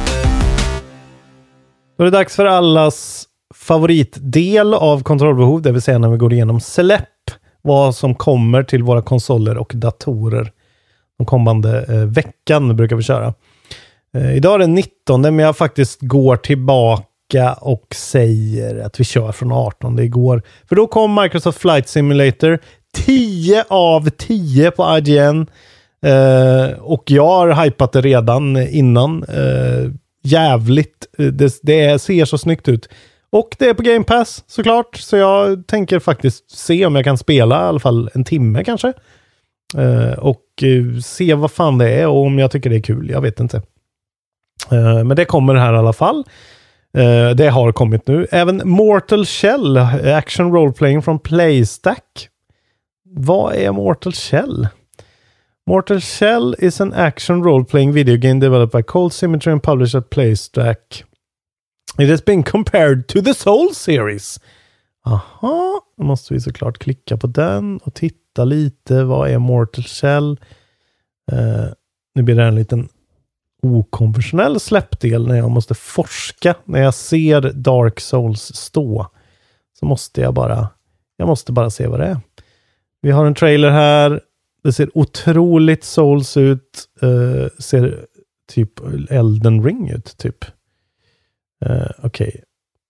Då är det dags för allas favoritdel av kontrollbehov, det vill säga när vi går igenom släpp, vad som kommer till våra konsoler och datorer de kommande eh, veckan brukar vi köra. Eh, idag är det nittonde, men jag faktiskt går tillbaka och säger att vi kör från artonde igår. För då kom Microsoft Flight Simulator tio av tio på I G N. Eh, och jag har hypat det redan innan. Eh, jävligt. Det, det ser så snyggt ut. Och det är på Game Pass såklart. Så jag tänker faktiskt se om jag kan spela i alla fall en timme kanske. Eh, och eh, se vad fan det är och om jag tycker det är kul. Jag vet inte. Eh, men det kommer här i alla fall. Eh, det har kommit nu. Även Mortal Shell, action role-playing från Playstack. Vad är Mortal Shell? Mortal Shell is an action role-playing video game developed by Cold Symmetry and published at Playstack. It has been compared to the Soul series. Aha, då måste vi såklart klicka på den och titta lite. Vad är Mortal Shell? Uh, nu blir det en liten okonventionell släppdel när jag måste forska. När jag ser Dark Souls stå så måste jag bara jag måste bara se vad det är. Vi har en trailer här. Det ser otroligt Souls ut. Uh, ser typ Elden Ring ut, typ. Uh, Okej. Okay.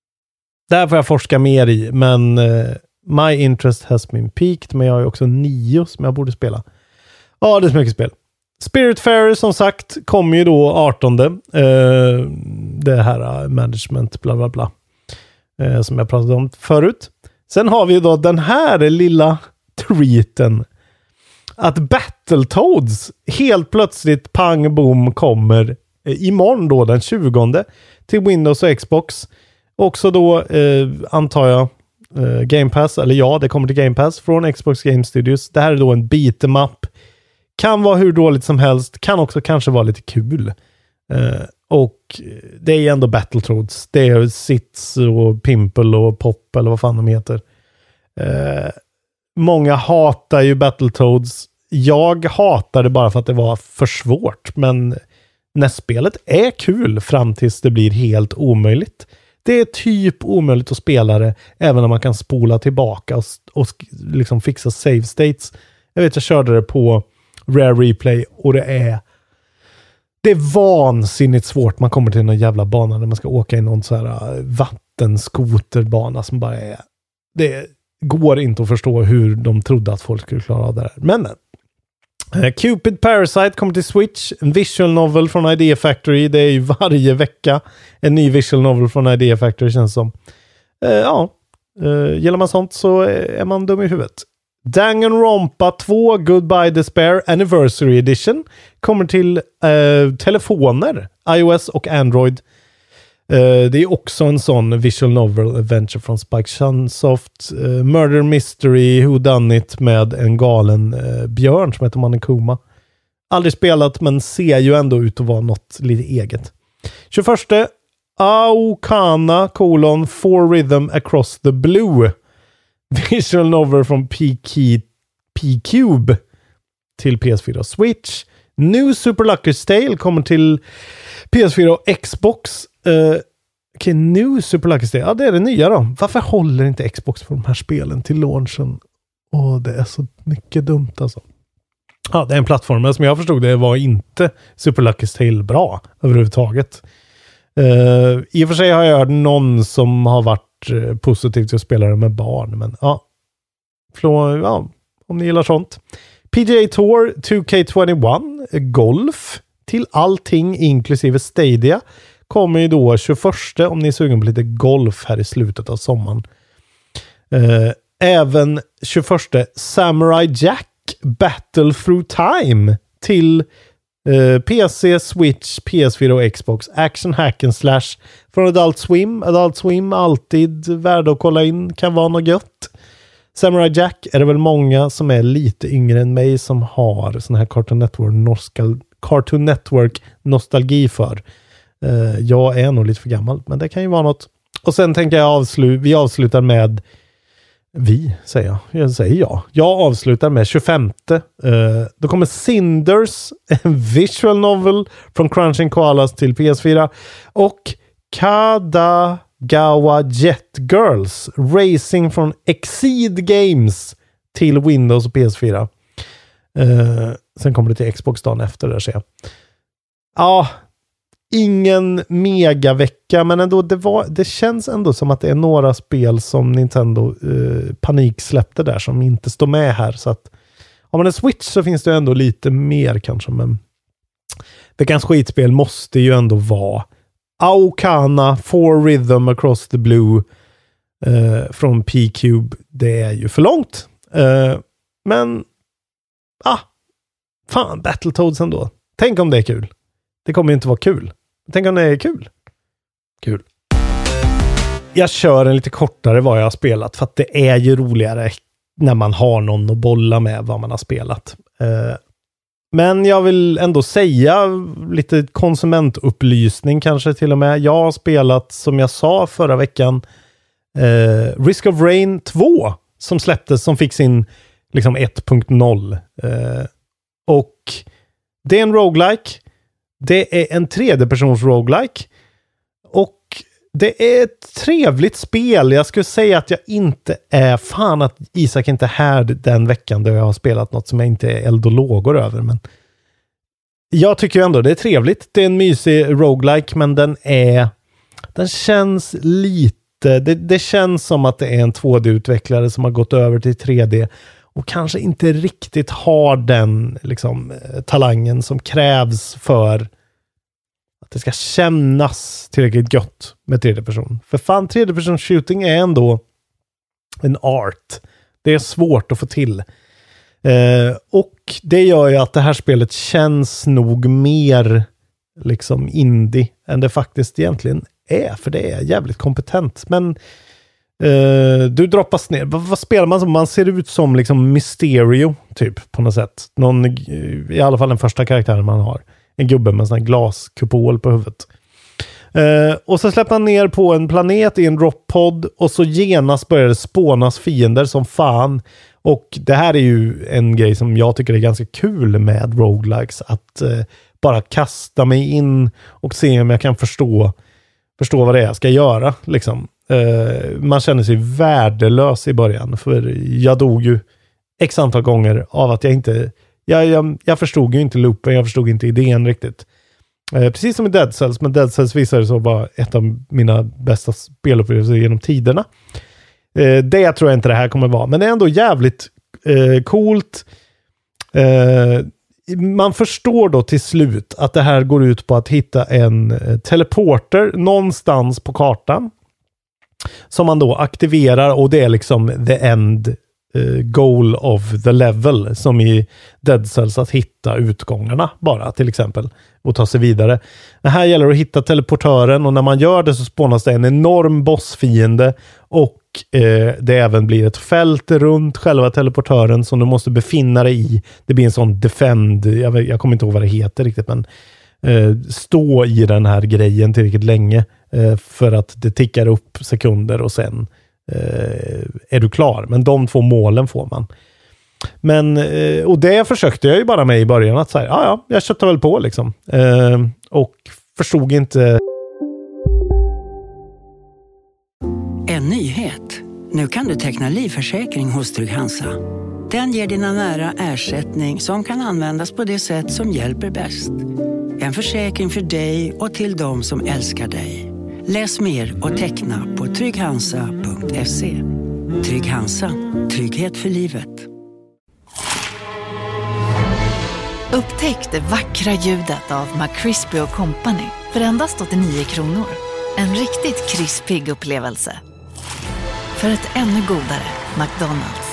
Där får jag forska mer i, men uh, my interest has been peaked, men jag har ju också nio som jag borde spela. Ja, det är så mycket spel. Spiritfarer som sagt kommer ju då artonde. Uh, det här uh, management bla bla bla. Uh, som jag pratade om förut. Sen har vi ju då den här lilla treaten. Att Battletoads helt plötsligt pang boom kommer uh, imorgon då den tjugonde till Windows och Xbox. Också då uh, antar jag uh, Game Pass, eller ja, det kommer till Game Pass från Xbox Game Studios. Det här är då en beat'em up. Kan vara hur dåligt som helst. Kan också kanske vara lite kul. Uh, och det är ändå Battletoads. Det är Sits och Pimple och Pop eller vad fan de heter. Uh, många hatar ju Battletoads. Jag hatar det bara för att det var för svårt. Men när spelet är kul fram tills det blir helt omöjligt. Det är typ omöjligt att spela det. Även om man kan spola tillbaka och, och liksom fixa save states. Jag vet jag körde det på Rare Replay och det är det är vansinnigt svårt. Man kommer till en jävla bana där man ska åka i någon så här vattenskoterbana som bara är det går inte att förstå hur de trodde att folk skulle klara av det här. Men uh, Cupid Parasite kommer till Switch, en visual novel från Idea Factory. Det är ju varje vecka en ny visual novel från Idea Factory känns som. Uh, ja, uh, gillar man sånt så är man dum i huvudet. Danganronpa två Goodbye Despair Anniversary Edition kommer till eh, telefoner, iOS och Android. Eh, det är också en sån visual novel adventure från Spike Chunsoft. Eh, Murder Mystery Who Done It med en galen eh, björn som heter Monokuma. Aldrig spelat men ser ju ändå ut att vara något lite eget. tjugoförsta Aokana colon For Rhythm Across the Blue. Visual novel från P-Cube till P S fyra och Switch. New Super Lucky's Tale kommer till P S fyra och Xbox. Uh, Okej, okay, New Super Lucky's Tale. Ja, det är det nya då. Varför håller inte Xbox för de här spelen till launchen? Åh, oh, det är så mycket dumt alltså. Ja, det är en plattform, men som jag förstod det var inte Super Lucky's Tale bra överhuvudtaget. Uh, I och för sig har jag hört någon som har varit positivt till att spela det med barn, men ja. Flå, ja, om ni gillar sånt. P G A Tour two K tjugoett Golf till allting inklusive Stadia kommer ju då tjugoförsta om ni är sugen på lite golf här i slutet av sommaren. Uh, även tjugoförsta Samurai Jack Battle Through Time till Uh, P C, Switch, P S fyra och Xbox. Action hack and slash från Adult Swim. Adult Swim, alltid värde att kolla in. Kan vara något gött. Samurai Jack är det väl många som är lite yngre än mig som har sån här Cartoon Network, nostal- Cartoon Network nostalgi för. Uh, jag är nog lite för gammal, men det kan ju vara något. Och sen tänker jag avslu- vi avslutar med Vi, säger jag. Jag säger ja. Jag avslutar med tjugofemte. Uh, då kommer Cinders, en visual novel från Crunching Koalas till P S fyra. Och Kadagawa Jet Girls Racing från Exceed Games till Windows och P S fyra. Uh, sen kommer det till Xbox dagen efter, där ser jag. Ja, ingen megavecka, men ändå det, var, det känns ändå som att det är några spel som Nintendo eh, panik släppte där som inte står med här, så att om man är Switch så finns det ändå lite mer kanske, men veckans skitspel måste ju ändå vara Aokana For Rhythm Across the Blue eh, från P-Cube. Det är ju för långt, eh, men ah, fan, Battletoads ändå. Tänk om det är kul. Det kommer ju inte vara kul. Tänk om det är kul. Kul. Jag kör en lite kortare vad jag har spelat, för att det är ju roligare när man har någon att bolla med vad man har spelat. Uh, men jag vill ändå säga lite konsumentupplysning kanske till och med. Jag har spelat, som jag sa förra veckan, uh, Risk of Rain två som släpptes, som fick sin liksom ett punkt noll. Uh, och det är en roguelike. Det är en tredjepersons roguelike. Och det är ett trevligt spel. Jag skulle säga att jag inte är fan att Isak inte är här den veckan då jag har spelat något som jag inte är eld och lågor över. Men jag tycker ju ändå det är trevligt. Det är en mysig roguelike, men den är den känns lite det, det känns som att det är en två D-utvecklare som har gått över till tre D och kanske inte riktigt har den liksom talangen som krävs för att det ska kännas tillräckligt gött med tredje person. För fan, tredje person shooting är ändå en art. Det är svårt att få till. Eh, och det gör ju att det här spelet känns nog mer liksom indie än det faktiskt egentligen är. För det är jävligt kompetent. Men eh, du droppas ner. Vad, vad spelar man som? Man ser ut som liksom Mysterio typ på något sätt. Någon, i alla fall den första karaktären man har. En gubbe med en sån här glaskupol på huvudet. Uh, och så släpper man ner på en planet i en droppod och så genast börjar det spånas fiender som fan. Och det här är ju en grej som jag tycker är ganska kul med roguelikes, att uh, bara kasta mig in och se om jag kan förstå förstå vad det är jag ska göra liksom. Uh, man känner sig värdelös i början, för jag dog ju x antal gånger av att jag inte jag, jag, jag förstod ju inte loopen, jag förstod inte idén riktigt. Eh, precis som i Dead Cells, men Dead Cells visade så var ett av mina bästa spelupplevelser genom tiderna. Eh, det tror jag inte det här kommer vara, men det är ändå jävligt eh, coolt. Eh, man förstår då till slut att det här går ut på att hitta en eh, teleporter någonstans på kartan som man då aktiverar, och det är liksom the end Uh, goal of the level, som i Dead Cells, att hitta utgångarna bara till exempel och ta sig vidare. Det här gäller att hitta teleportören, och när man gör det så spånas det en enorm bossfiende, och uh, det även blir ett fält runt själva teleportören som du måste befinna dig i. Det blir en sån defend, jag, vet, jag kommer inte ihåg vad det heter riktigt, men uh, stå i den här grejen tillräckligt länge uh, för att det tickar upp sekunder och sen Uh, är du klar. Men de två målen får man. Men, uh, och det försökte jag ju bara med i början, att säga, ja ja, jag köttar väl på liksom. Uh, och förstod inte. En nyhet. Nu kan du teckna livförsäkring hos Trygg-Hansa. Den ger dina nära ersättning som kan användas på det sätt som hjälper bäst. En försäkring för dig och till de som älskar dig. Läs mer och teckna på trygghansa punkt se. Trygg-Hansa. Trygghet för livet. Upptäck det vackra ljudet av McCrispy och Company för endast åttionio kronor. En riktigt krispig upplevelse. För ett ännu godare McDonald's.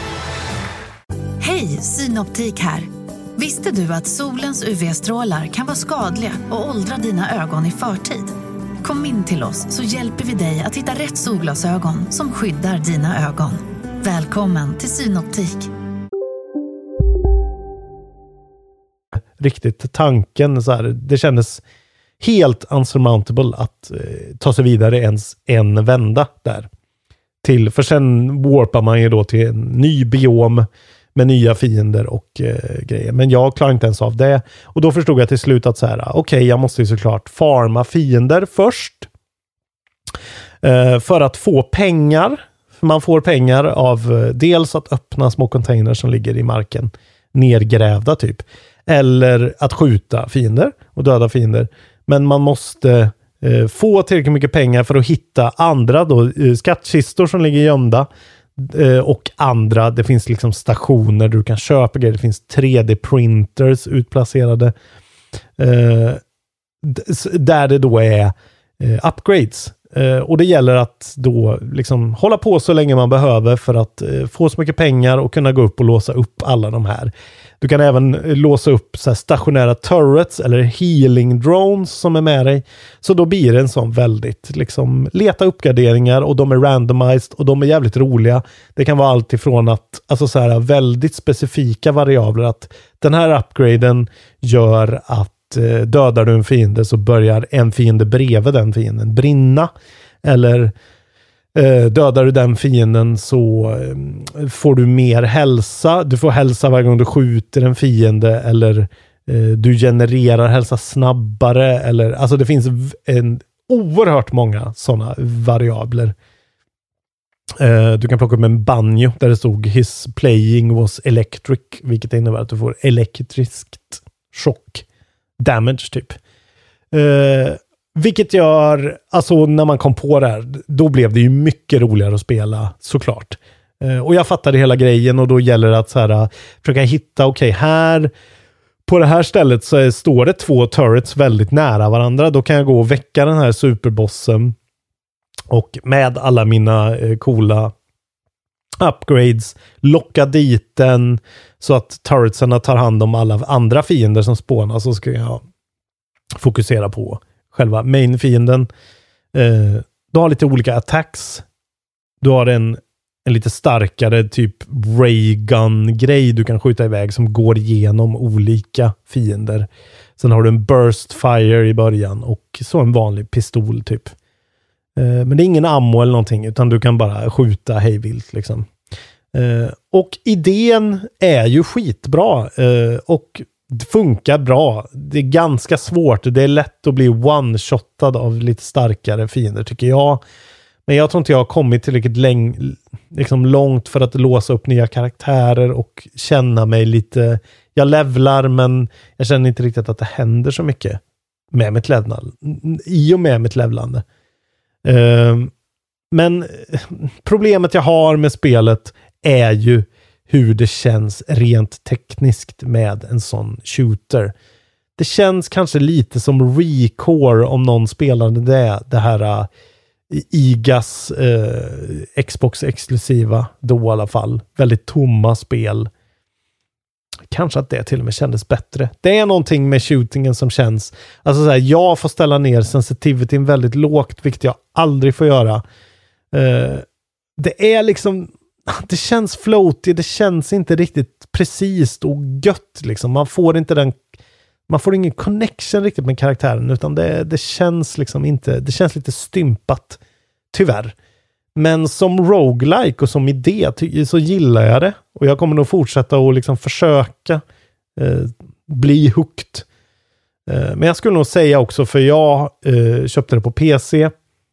Hej, Synoptik här. Visste du att solens U V-strålar kan vara skadliga och åldra dina ögon i förtid? Kom in till oss så hjälper vi dig att hitta rätt solglasögon som skyddar dina ögon. Välkommen till Synoptik. Riktigt tanken så här, det kändes helt unsurmountable att eh, ta sig vidare ens en vända där. Till, för sen warpar man ju då till en ny biom med nya fiender och eh, grejer. Men jag klarar inte ens av det. Och då förstod jag till slut att så här, okej, okay, jag måste ju såklart farma fiender först. Eh, för att få pengar. För man får pengar av eh, dels att öppna små containers som ligger i marken. Nergrävda typ. Eller att skjuta fiender och döda fiender. Men man måste eh, få tillräckligt mycket pengar för att hitta andra då, eh, skattkistor som ligger gömda. Och andra, det finns liksom stationer du kan köpa grejer, det finns tre D-printers utplacerade eh, där det då är eh, upgrades. Eh, och det gäller att då liksom hålla på så länge man behöver för att eh, få så mycket pengar och kunna gå upp och låsa upp alla de här. Du kan även låsa upp så här stationära turrets eller healing drones som är med dig. Så då blir det en sån väldigt liksom leta uppgraderingar, och de är randomized och de är jävligt roliga. Det kan vara allt ifrån att alltså så här väldigt specifika variabler, att den här upgraden gör att eh, dödar du en fiende så börjar en fiende bredvid den fienden brinna, eller dödar du den fienden så får du mer hälsa. Du får hälsa varje gång du skjuter en fiende, eller eh, du genererar hälsa snabbare, eller alltså det finns en oerhört många sådana variabler. Eh, du kan plocka upp en banjo där det stod his playing was electric, vilket innebär att du får elektriskt chock damage typ. Uh, vilket gör, alltså när man kom på det här, då blev det ju mycket roligare att spela, såklart. Uh, och jag fattade hela grejen och då gäller det att så här, uh, försöka hitta, okej, okay, här på det här stället så är, står det två turrets väldigt nära varandra. Då kan jag gå och väcka den här superbossen och med alla mina uh, coola upgrades locka dit den så att turretsarna tar hand om alla andra fiender som spånar, så ska jag fokusera på själva main-fienden. Eh, du har lite olika attacks. Du har en, en lite starkare typ raygun-grej du kan skjuta iväg som går igenom olika fiender. Sen har du en burst fire i början och så en vanlig pistol typ. Eh, men det är ingen ammo eller någonting, utan du kan bara skjuta hejvilt liksom. Eh, och idén är ju skitbra eh, och det funkar bra. Det är ganska svårt. Det är lätt att bli one-shotad av lite starkare fiender tycker jag. Men jag tror inte jag har kommit tillräckligt läng- liksom långt för att låsa upp nya karaktärer och känna mig lite... Jag levlar, men jag känner inte riktigt att det händer så mycket med mitt levnad. I och med mitt levlande. Uh, men problemet jag har med spelet är ju hur det känns rent tekniskt med en sån shooter. Det känns kanske lite som Recore om någon spelade det, det här uh, I G As uh, Xbox-exklusiva då i alla fall. Väldigt tomma spel. Kanske att det till och med kändes bättre. Det är någonting med shootingen som känns... Alltså så här, jag får ställa ner sensitivityn väldigt lågt, vilket jag aldrig får göra. Uh, det är liksom... Det känns floaty, det känns inte riktigt precis och gött liksom. Man får inte den... Man får ingen connection riktigt med karaktären, utan det, det känns liksom inte... Det känns lite stympat, tyvärr. Men som roguelike och som idé ty- så gillar jag det. Och jag kommer nog fortsätta att liksom försöka eh, bli hooked. Eh, men jag skulle nog säga också, för jag eh, köpte det på P C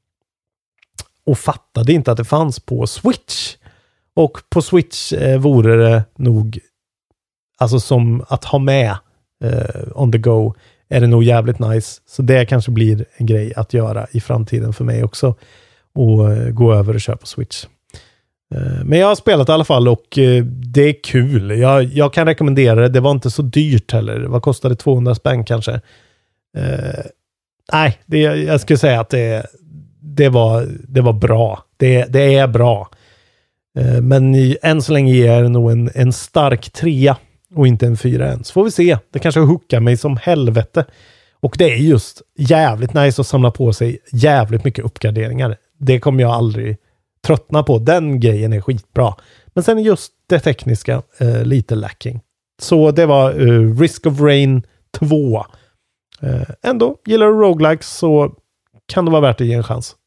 och fattade inte att det fanns på Switch. Och på Switch eh, vore det nog, alltså som att ha med eh, on the go, är det nog jävligt nice. Så det kanske blir en grej att göra i framtiden för mig också. Och eh, gå över och köpa Switch. Eh, men jag har spelat i alla fall och eh, det är kul. Jag, jag kan rekommendera det. Det var inte så dyrt heller. Vad kostade det? tvåhundra spänn kanske? Eh, nej, det, jag skulle säga att det, det, var, det var bra. Det, det är bra. Men i, än så länge ger det nog en, en stark trea och inte en fyra än. Så får vi se. Det kanske hookar mig som helvete. Och det är just jävligt nice att samla på sig jävligt mycket uppgraderingar. Det kommer jag aldrig tröttna på. Den grejen är skitbra. Men sen just det tekniska eh, lite lacking. Så det var eh, Risk of Rain två. Eh, ändå, gillar du roguelikes så kan det vara värt att ge en chans.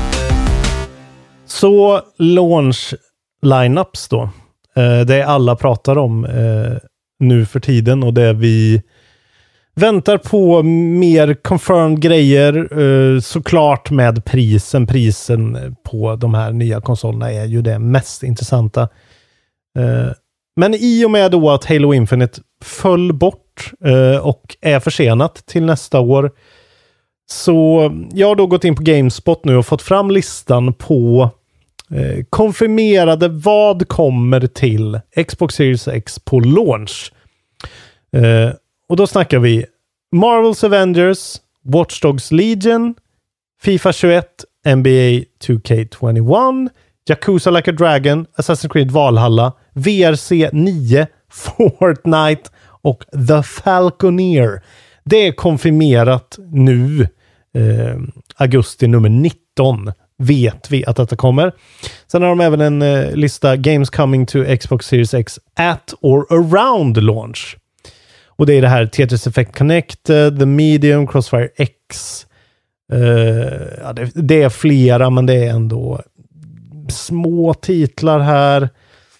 Så launch lineups då. Eh, det alla pratar om eh, nu för tiden och det vi väntar på mer confirmed grejer. Eh, såklart med prisen. Prisen på de här nya konsolerna är ju det mest intressanta. Eh, men i och med då att Halo Infinite föll bort eh, och är försenat till nästa år, så jag har då gått in på GameSpot nu och fått fram listan på Eh, konfirmerade vad kommer till Xbox Series X på launch. Eh, och då snackar vi Marvel's Avengers, Watch Dogs Legion, FIFA tjugoett, N B A two K twenty-one, Yakuza Like a Dragon, Assassin's Creed Valhalla, V R C nio, Fortnite och The Falconeer. Det är konfirmerat nu, eh, augusti nummer nitton. Vet vi att detta kommer. Sen har de även en eh, lista Games coming to Xbox Series X at or around launch. Och det är det här Tetris Effect Connected, The Medium, Crossfire X. Uh, ja, det, det är flera, men det är ändå små titlar här.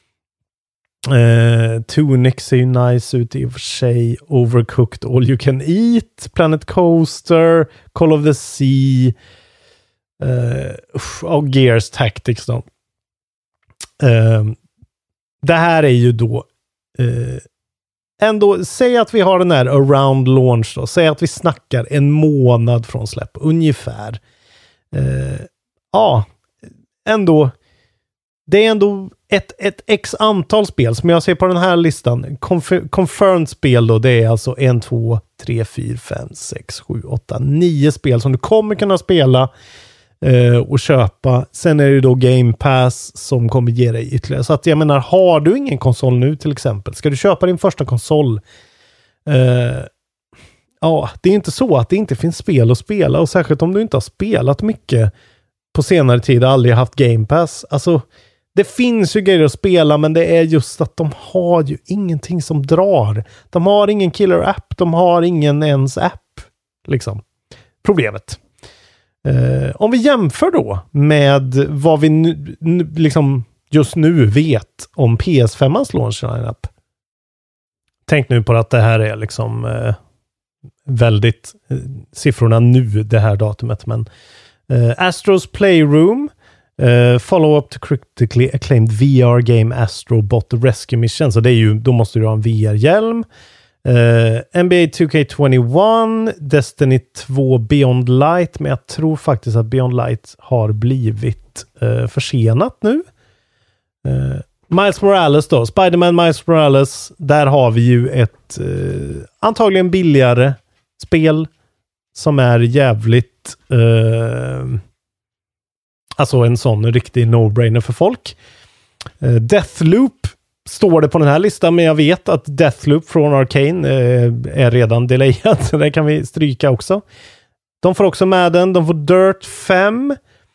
Uh, Tunic ser ju nice ut i och för sig. Overcooked All You Can Eat, Planet Coaster, Call of the Sea. Uh, och Gears Tactics då. Uh, det här är ju då uh, ändå, säg att vi har den här around launch då. Säg att vi snackar en månad från släpp, ungefär. Eh, ja, ändå. Det är ändå ett, ett x antal spel som jag ser på den här listan. Conf- confirmed spel då, det är alltså en, två, tre, fyra, fem, sex, sju, åtta, nio spel som du kommer kunna spela eh, och köpa. Sen är det då Game Pass som kommer ge dig ytterligare. Så att jag menar, har du ingen konsol nu till exempel, ska du köpa din första konsol? Eh, ja, det är inte så att det inte finns spel att spela, och särskilt om du inte har spelat mycket på senare tid och aldrig haft Game Pass. Alltså, det finns ju grejer att spela, men det är just att de har ju ingenting som drar. De har ingen killer app, de har ingen ens app. Liksom. Problemet. Eh, om vi jämför då med vad vi nu, nu, liksom just nu vet om P S fem-ans launch lineup. Tänk nu på att det här är liksom eh, väldigt eh, siffrorna nu, det här datumet. Men eh, Astros Playroom, Uh, follow-up to critically acclaimed V R game Astro Bot Rescue Mission. Så det är ju, då måste du ha en V R-hjälm. Uh, N B A two K twenty-one, Destiny two Beyond Light, men jag tror faktiskt att Beyond Light har blivit uh, försenat nu. Uh, Miles Morales då, Spider-Man Miles Morales, där har vi ju ett uh, antagligen billigare spel som är jävligt uh, alltså en sån riktig no-brainer för folk. Uh, Deathloop står det på den här listan, men jag vet att Deathloop från Arcane uh, är redan delayad, så det kan vi stryka också. De får också med den. De får Dirt fem.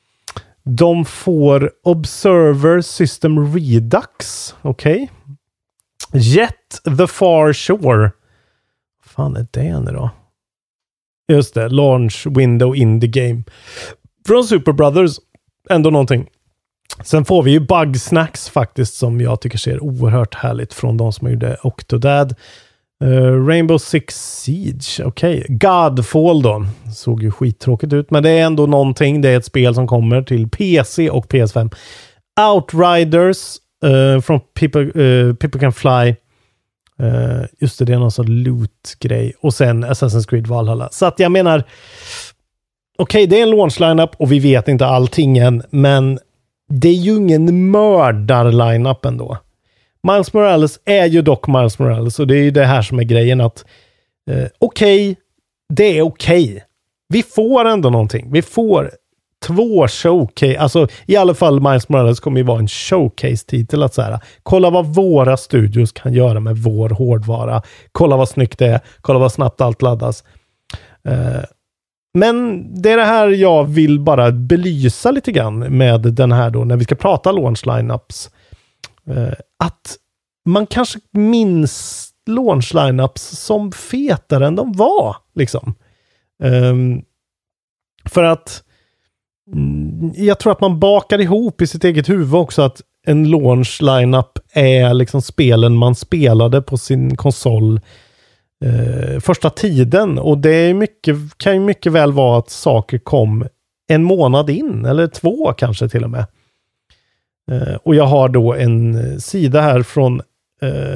De får Observer System Redux. Okej. Okay. Jet the Far Shore. Vad fan är det nu då? Just det. Launch window in the game. Från Super Brothers. Ändå någonting. Sen får vi ju Bugsnax faktiskt, som jag tycker ser oerhört härligt från de som gjorde Octodad. Uh, Rainbow Six Siege. Okej. Okay. Godfall då. Såg ju skittråkigt ut, men det är ändå någonting. Det är ett spel som kommer till P C och P S fem. Outriders uh, från People, uh, People Can Fly. Uh, just det, det är någon sån loot-grej. Och sen Assassin's Creed Valhalla. Så att jag menar, okej, okay, det är en launch lineup och vi vet inte allting än, men det är ju ingen mördar-lineup ändå. Miles Morales är ju dock Miles Morales, och det är ju det här som är grejen, att eh, okej, okay, det är okej. Okay. Vi får ändå någonting. Vi får två showcase, alltså i alla fall Miles Morales kommer ju vara en showcase-titel, att så här, kolla vad våra studios kan göra med vår hårdvara. Kolla vad snyggt det är. Kolla vad snabbt allt laddas. Eh, Men det är det här jag vill bara belysa lite grann med den här då, när vi ska prata launch lineups. Uh, att man kanske minns launch lineups som fetare än de var. Liksom. Um, för att mm, jag tror att man bakar ihop i sitt eget huvud också att en launch lineup är liksom spelen man spelade på sin konsol Uh, första tiden, och det är mycket, kan ju mycket väl vara att saker kom en månad in, eller två kanske till och med. Uh, och jag har då en sida här från uh,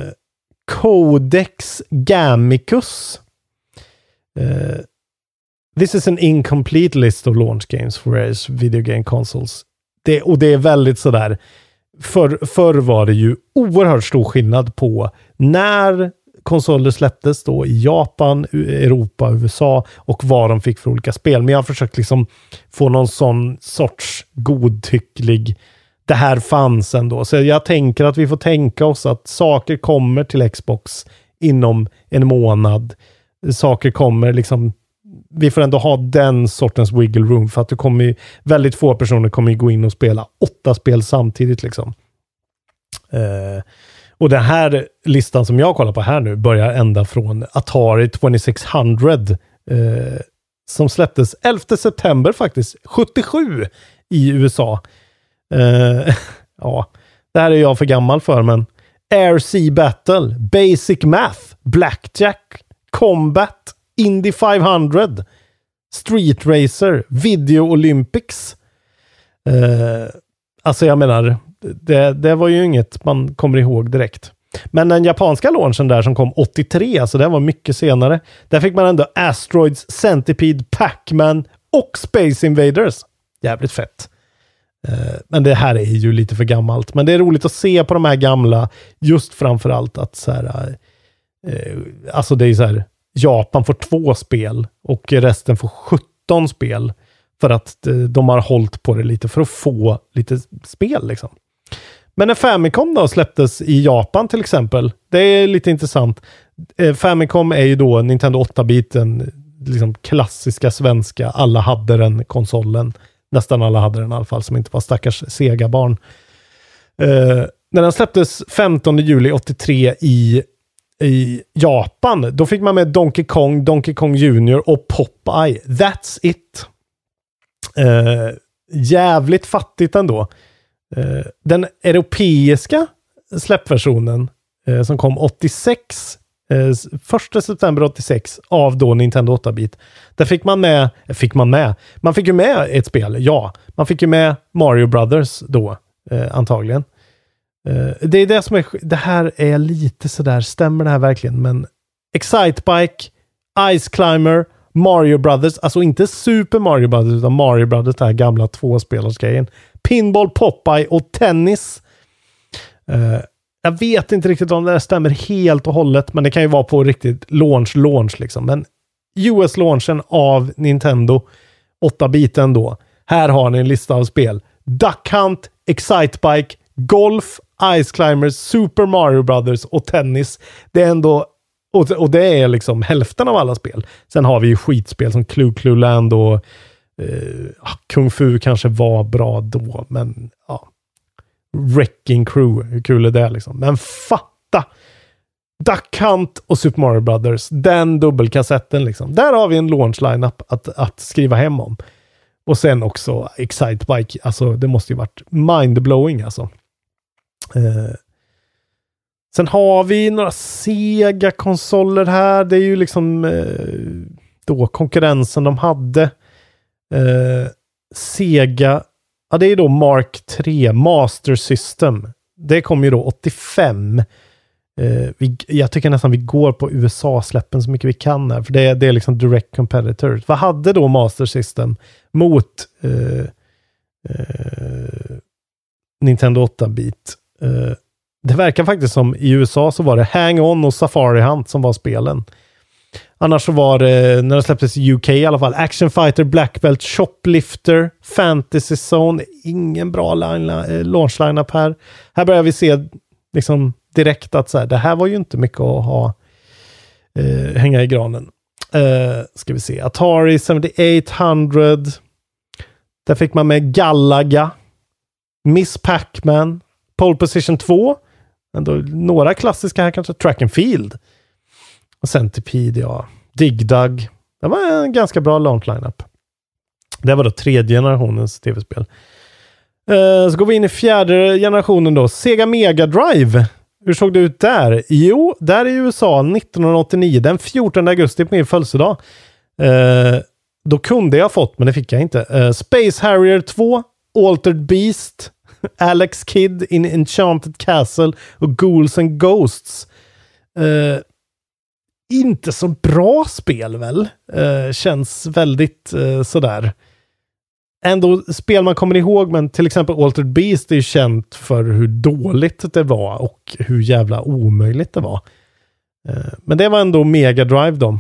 Codex Gamicus. Uh, this is an incomplete list of launch games for various video game consoles. Det, och det är väldigt sådär, för, förr var det ju oerhört stor skillnad på när konsoler släpptes då i Japan, Europa, U S A, och vad de fick för olika spel. Men jag har försökt liksom få någon sån sorts godtycklig, det här fanns ändå. Så jag tänker att vi får tänka oss att saker kommer till Xbox inom en månad. Saker kommer liksom, vi får ändå ha den sortens wiggle room, för att det kommer ju, väldigt få personer kommer ju gå in och spela åtta spel samtidigt liksom. Eh, Och den här listan som jag kollar på här nu börjar ända från Atari twenty-six hundred eh, som släpptes elfte september faktiskt, sjuttiosju i U S A. Eh, ja, det här är jag för gammal för, men Air Sea Battle, Basic Math, Blackjack, Combat, Indy five hundred, Street Racer, Video Olympics. Eh, alltså jag menar, Det, det var ju inget man kommer ihåg direkt. Men den japanska launchen där som kom åttiotre, alltså den var mycket senare. Där fick man ändå Asteroids, Centipede, Pac-Man och Space Invaders. Jävligt fett. Men det här är ju lite för gammalt. Men det är roligt att se på de här gamla, just framförallt att så här, eh, alltså det är så här, Japan får två spel och resten får sjutton spel för att eh, de har hållit på det lite för att få lite spel liksom. Men när Famicom då släpptes i Japan till exempel, det är lite intressant. Eh, Famicom är ju då Nintendo åtta-biten, liksom klassiska svenska, alla hade den konsolen. Nästan alla hade den i alla fall, som inte var stackars Sega-barn. Uh, när den släpptes femtonde juli åttiotre i, i Japan, då fick man med Donkey Kong, Donkey Kong Junior och Popeye. That's it. Uh, jävligt fattigt ändå. Uh, den europeiska släppversionen uh, som kom åttiosex, första september åttiosex av då Nintendo åtta-bit. Där fick man med, fick man med, man fick ju med ett spel, ja. Man fick ju med Mario Brothers då, eh, antagligen. Eh, det är det som är, det här är lite sådär, stämmer det här verkligen? Men Excitebike, Ice Climber, Mario Brothers, alltså inte Super Mario Brothers utan Mario Brothers, det här gamla tvåspelarsgrejen. Pinball, Popeye och tennis. Eh, Jag vet inte riktigt om det där stämmer helt och hållet, men det kan ju vara på riktigt launch, launch liksom. Men U S-launchen av Nintendo åtta-biten då. Här har ni en lista av spel. Duck Hunt, Excitebike, Golf, Ice Climbers, Super Mario Brothers och tennis. Det är ändå, och, och det är liksom hälften av alla spel. Sen har vi ju skitspel som Clue Clue Land och eh, Kung Fu kanske var bra då, men ja. Wrecking Crew, hur kul är det liksom? Men fatta! Duck Hunt och Super Mario Brothers, den dubbelkassetten liksom. Där har vi en launch lineup att, att skriva hem om. Och sen också Excitebike, alltså det måste ju varit mindblowing alltså. Eh. Sen har vi några Sega-konsoler här, det är ju liksom eh, då konkurrensen de hade. Eh, Sega, ja, det är då Mark tre, Master System. Det kom ju då åttiofem. Eh, vi, jag tycker nästan vi går på U S A-släppen så mycket vi kan här. För det, det är liksom direct competitors. Vad hade då Master System mot eh, eh, Nintendo åtta-bit? Eh, det verkar faktiskt som i U S A så var det Hang On och Safari Hunt som var spelen. Annars så var det, när det släpptes i U K i alla fall, Action Fighter, Black Belt, Shoplifter, Fantasy Zone. Ingen bra line, launch lineup här. Här börjar vi se liksom direkt att så här, det här var ju inte mycket att ha eh, hänga i granen. Eh, ska vi se. Atari seventy-eight hundred. Där fick man med Galaga, Miss Pac-Man, Pole Position två. Ändå några klassiska här kanske. Track and Field. Och Centipede, ja. Dig Dug. Det var en ganska bra launch lineup. Det var då tredje generationens tv-spel. Uh, så går vi in i fjärde generationen då. Sega Mega Drive. Hur såg det ut där? Jo, där i U S A nittonhundraåttionio, den fjortonde augusti på min födelsedag. Uh, då kunde jag fått, men det fick jag inte. Uh, Space Harrier två, Altered Beast, Alex Kidd in Enchanted Castle och Ghouls and Ghosts. Uh, Inte så bra spel väl. Uh, känns väldigt uh, sådär. Ändå spel man kommer ihåg, men till exempel Altered Beast är ju känt för hur dåligt det var och hur jävla omöjligt det var. Uh, men det var ändå Mega Drive då.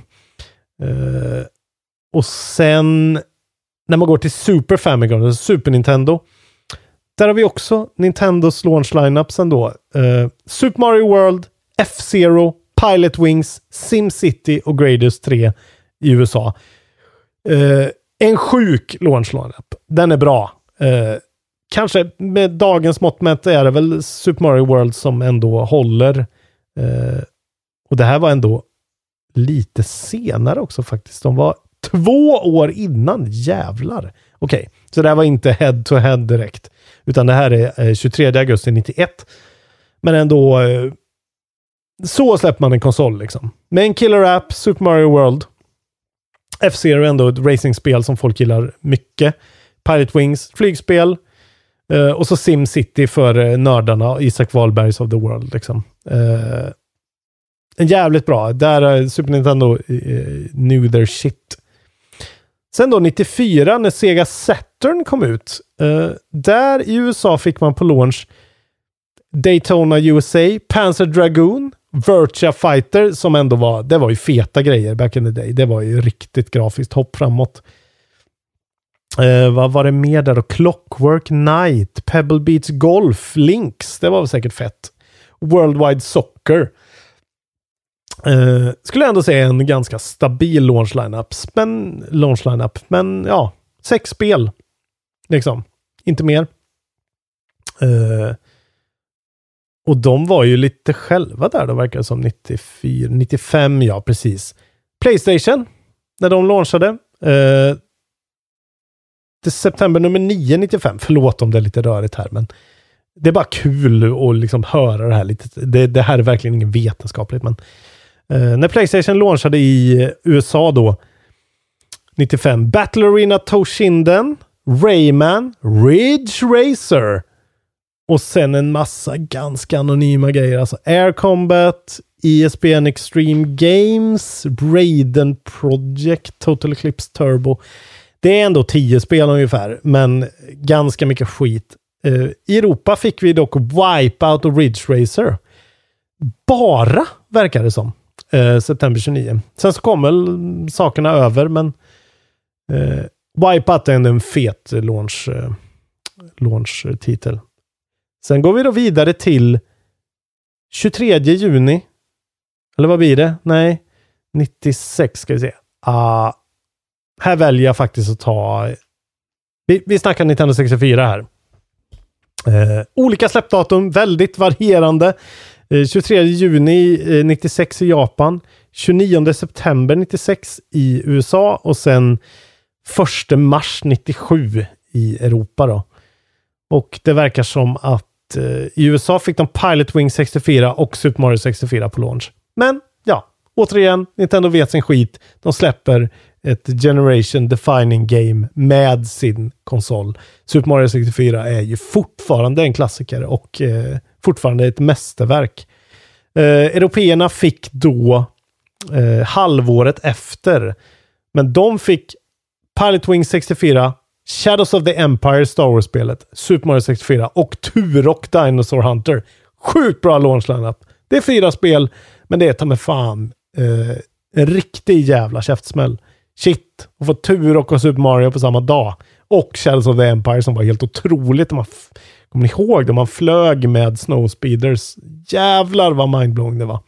Uh, och sen när man går till Super Famicom, Super Nintendo, där har vi också Nintendos launch lineups ändå. Uh, Super Mario World, F-Zero, Pilot Wings, SimCity och Gradius tre i U S A. Uh, en sjuk launch lineup. Den är bra. Uh, kanske med dagens mått mätt är det väl Super Mario World som ändå håller. Uh, och det här var ändå lite senare också faktiskt. De var två år innan. Jävlar. Okej, okay. Så det här var inte head to head direkt. Utan det här är uh, tjugotredje augusti nittioett. Men ändå... Uh, Så släpper man en konsol liksom. Med en killer app, Super Mario World. F-Zero är ändå ett racingspel som folk gillar mycket. Pilot Wings, flygspel. Uh, och så SimCity för uh, nördarna. Isak Wahlbergs of the World liksom. Uh, en jävligt bra. Där uh, Super Nintendo uh, knew their shit. Sen då nittiofyra när Sega Saturn kom ut. Uh, där i U S A fick man på launch Daytona U S A, Panzer Dragoon, Virtua Fighter som ändå var, det var ju feta grejer back in the day. Det var ju riktigt grafiskt hopp framåt. Uh, vad var det mer där då? Clockwork Knight, Pebble Beach Golf, Lynx, det var väl säkert fett. Worldwide Soccer. Uh, skulle jag ändå säga en ganska stabil launch lineup, men launch lineup, men ja, sex spel liksom, inte mer. Uh, och de var ju lite själva där, då verkar det som nittiofyra, nittiofem, ja precis. PlayStation, när de launchade uh, till september nummer nio nittiofem, förlåt om det är lite rörigt här, men det är bara kul att liksom höra det här lite, det, det här är verkligen ingen vetenskapligt, men Uh, när PlayStation launchade i U S A då nittiofem, Battle Arena Toshinden, Rayman, Ridge Racer och sen en massa ganska anonyma grejer, alltså Air Combat, E S P N Extreme Games, Raiden Project, Total Eclipse Turbo. Det är ändå tio spel ungefär, men ganska mycket skit. Uh, I Europa fick vi dock Wipeout och Ridge Racer. Bara, verkar det som. Uh, september tjugonio. Sen så kommer sakerna över, men uh, Wipeout är ändå en fet launch, uh, launch-titel. Sen går vi då vidare till tjugotredje juni. Eller vad blir det? Nej, nittiosex ska vi se. Uh, här väljer jag faktiskt att ta... Vi, vi snackar Nintendo sextiofyra här. Uh, olika släppdatum, väldigt varierande. tjugotredje juni nittiosex i Japan, tjugonionde september nittiosex i U S A och sen första mars nittiosju i Europa då. Och det verkar som att eh, i U S A fick de Pilot Wing sextiofyra och Super Mario sextiofyra på launch. Men ja, återigen, Nintendo vet sin skit. De släpper ett generation defining game med sin konsol. Super Mario sextiofyra är ju fortfarande en klassiker och eh, fortfarande ett mästerverk. Eh, Européerna fick då eh, halvåret efter. Men de fick Pilot Wing sextiofyra, Shadows of the Empire, Star Wars-spelet, Super Mario sextiofyra och Turok Dinosaur Hunter. Sjukt bra launch lineup. Det är fyra spel, men det är ta med fan eh, en riktig jävla käftsmäll. Shit, och få Turok och Super Mario på samma dag. Och Shadows of the Empire som var helt otroligt. Man f- kommer ni ihåg det? Man flög med Snowspeeders. Jävlar vad mindblowing det var.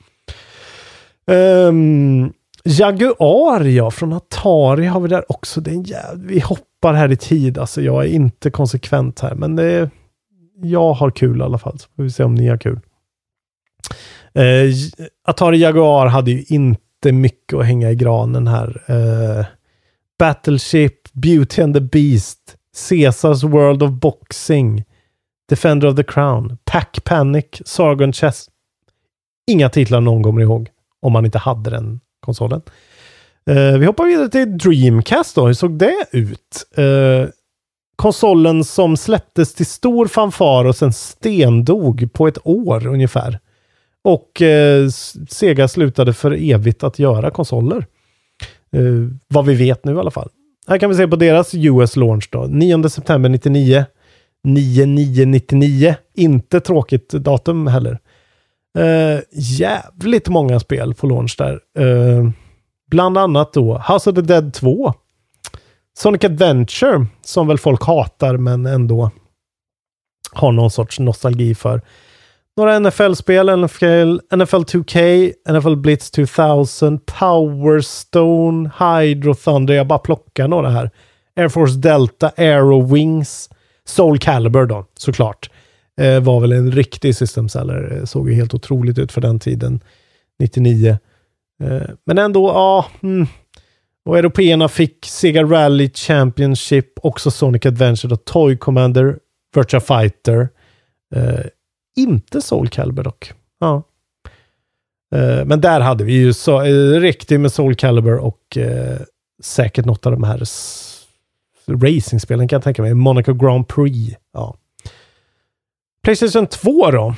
Um, Jaguar, ja, från Atari har vi där också. Det är en jävla, vi hoppar här i tid. Alltså jag är inte konsekvent här. Men det är, jag har kul i alla fall. Så får vi se om ni har kul. Uh, Atari Jaguar hade ju inte mycket att hänga i granen här. Uh, Battleship, Beauty and the Beast, Caesars World of Boxing, Defender of the Crown, Pack Panic, Sargon Chess. Inga titlar någon kommer ihåg om man inte hade den konsolen. Uh, vi hoppar vidare till Dreamcast då. Hur såg det ut? Uh, konsolen som släpptes till stor fanfar och sen stendog på ett år ungefär. Och uh, Sega slutade för evigt att göra konsoler. Uh, vad vi vet nu i alla fall. Här kan vi se på deras U S launch då. nionde september nittionio. nio nio nittionio. Inte tråkigt datum heller. Uh, jävligt många spel på launch där. Uh, bland annat då House of the Dead två. Sonic Adventure, som väl folk hatar men ändå har någon sorts nostalgi för. Några N F L-spel, N F L, N F L two K, N F L Blitz tvåtusen, Power Stone, Hydro Thunder, jag bara plockar några här. Air Force Delta, Aero Wings, Soul Calibur då, såklart. Eh, var väl en riktig system seller, såg ju helt otroligt ut för den tiden, nittionio. Eh, men ändå, ja, mm. Och européerna fick Sega Rally Championship, också Sonic Adventure, då, Toy Commander, Virtua Fighter, eh, inte Soul Calibur dock. Ja. Uh, men där hade vi ju så, uh, riktigt med Soul Calibur och uh, säkert något av de här s- racingspelen kan jag tänka mig. Monaco Grand Prix. Ja. PlayStation två då.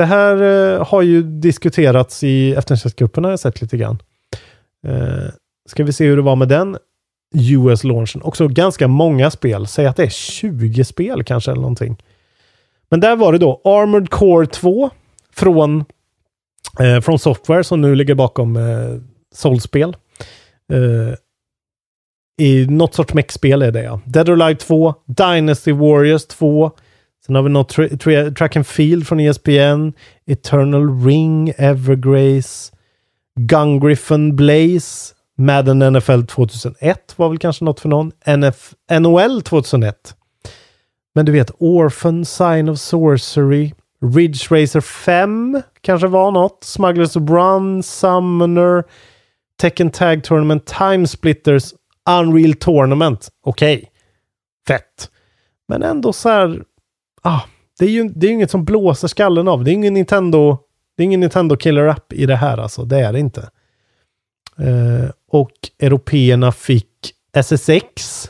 Det här uh, har ju diskuterats i eftersöksgrupperna, har jag sett lite grann. Uh, ska vi se hur det var med den U S-launchen. Också ganska många spel. Säg att det är tjugo spel kanske eller någonting. Men där var det då Armored Core två från, uh, från Software som nu ligger bakom uh, Soulspel. Uh, I något sorts mech-spel är det, ja. Dead or Alive två, Dynasty Warriors två. Sen har vi något tra- tra- Track and Field från E S P N, Eternal Ring, Evergrace, Gungriffon Blaze, Madden N F L tjugohundraett var väl kanske något för någon. N F- N O L tjugohundraett. Men du vet, Orphan, Sign of Sorcery, Ridge Racer fem kanske var något. Smugglers Run, Summoner, Tekken Tag Tournament, Time Splitters, Unreal Tournament. Okej. Okay. Fett. Men ändå så här... Ah, det är ju det är inget som blåser skallen av. Det är ingen Nintendo... Det är ingen Nintendo Killer App i det här alltså. Det är det inte. Uh, och européerna fick S S X.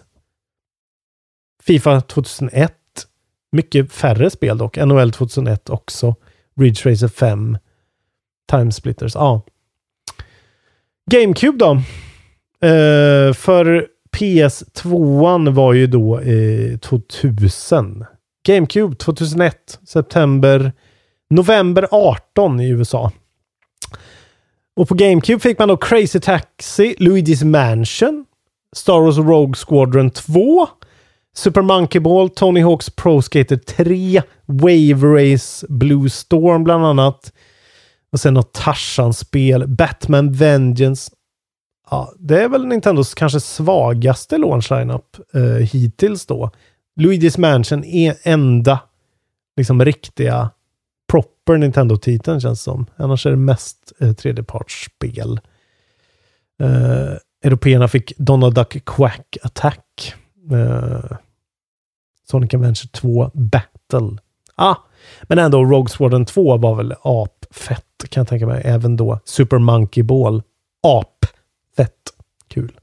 FIFA tjugohundraett. Mycket färre spel dock. N H L tjugohundraett också. Ridge Racer fem. Time Splitters. Ja. Ah. GameCube då. Uh, för P S två var ju då uh, tvåtusen. GameCube tjugohundraett. September. November artonde i U S A. Och på GameCube fick man då Crazy Taxi, Luigi's Mansion, Star Wars Rogue Squadron två, Super Monkey Ball, Tony Hawk's Pro Skater tre, Wave Race, Blue Storm bland annat. Och sen något Tarzan-spel, Batman Vengeance. Ja, det är väl Nintendos kanske svagaste launch lineup eh, hittills då. Luigi's Mansion är enda liksom riktiga proper Nintendo-titeln känns som. Annars är det mest eh, tredjepartsspel. Eh, Européerna fick Donald Duck Quack Attack. Eh, Sonic Adventure två Battle. Ah, men ändå Rogue Squadron två var väl apfett kan jag tänka mig. Även då Super Monkey Ball. Apfett. Kul.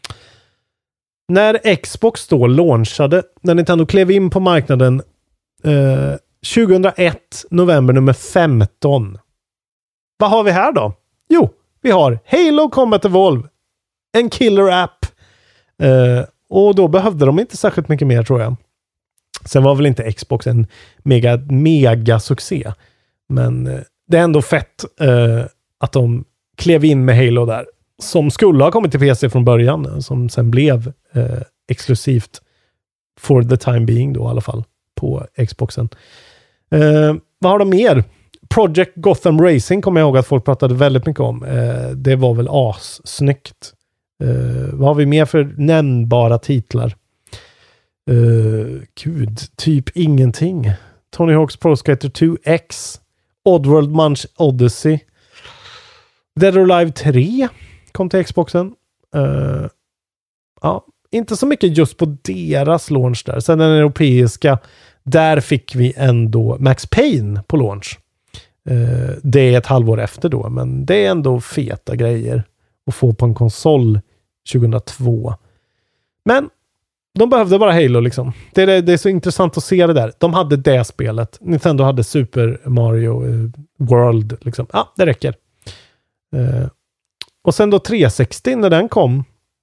När Xbox då launchade, när Nintendo klev in på marknaden eh, tjugohundraett, november nummer femton. Vad har vi här då? Jo, vi har Halo Combat Evolve. En killer app. Eh, och då behövde de inte särskilt mycket mer tror jag. Sen var väl inte Xbox en mega, mega succé. Men eh, det är ändå fett eh, att de klev in med Halo där. Som skulle ha kommit till P C från början. Som sen blev eh, exklusivt for the time being då i alla fall på Xboxen. Eh, vad har de mer? Project Gotham Racing kommer jag ihåg att folk pratade väldigt mycket om. Eh, det var väl assnyggt. Eh, vad har vi mer för nämnbara titlar? Eh, gud, typ ingenting. Tony Hawk's Pro Skater två X, Oddworld Munch Odyssey, Dead or Alive tre kom till Xboxen. Uh, ja, inte så mycket just på deras launch där. Sen den europeiska, där fick vi ändå Max Payne på launch. Uh, det är ett halvår efter då, men det är ändå feta grejer att få på en konsol tjugohundratvå. Men de behövde bara Halo liksom. Det är, det är så intressant att se det där. De hade det spelet. Nintendo hade Super Mario uh, World liksom. Ja, det räcker. Uh, och sen då trehundrasextio när den kom.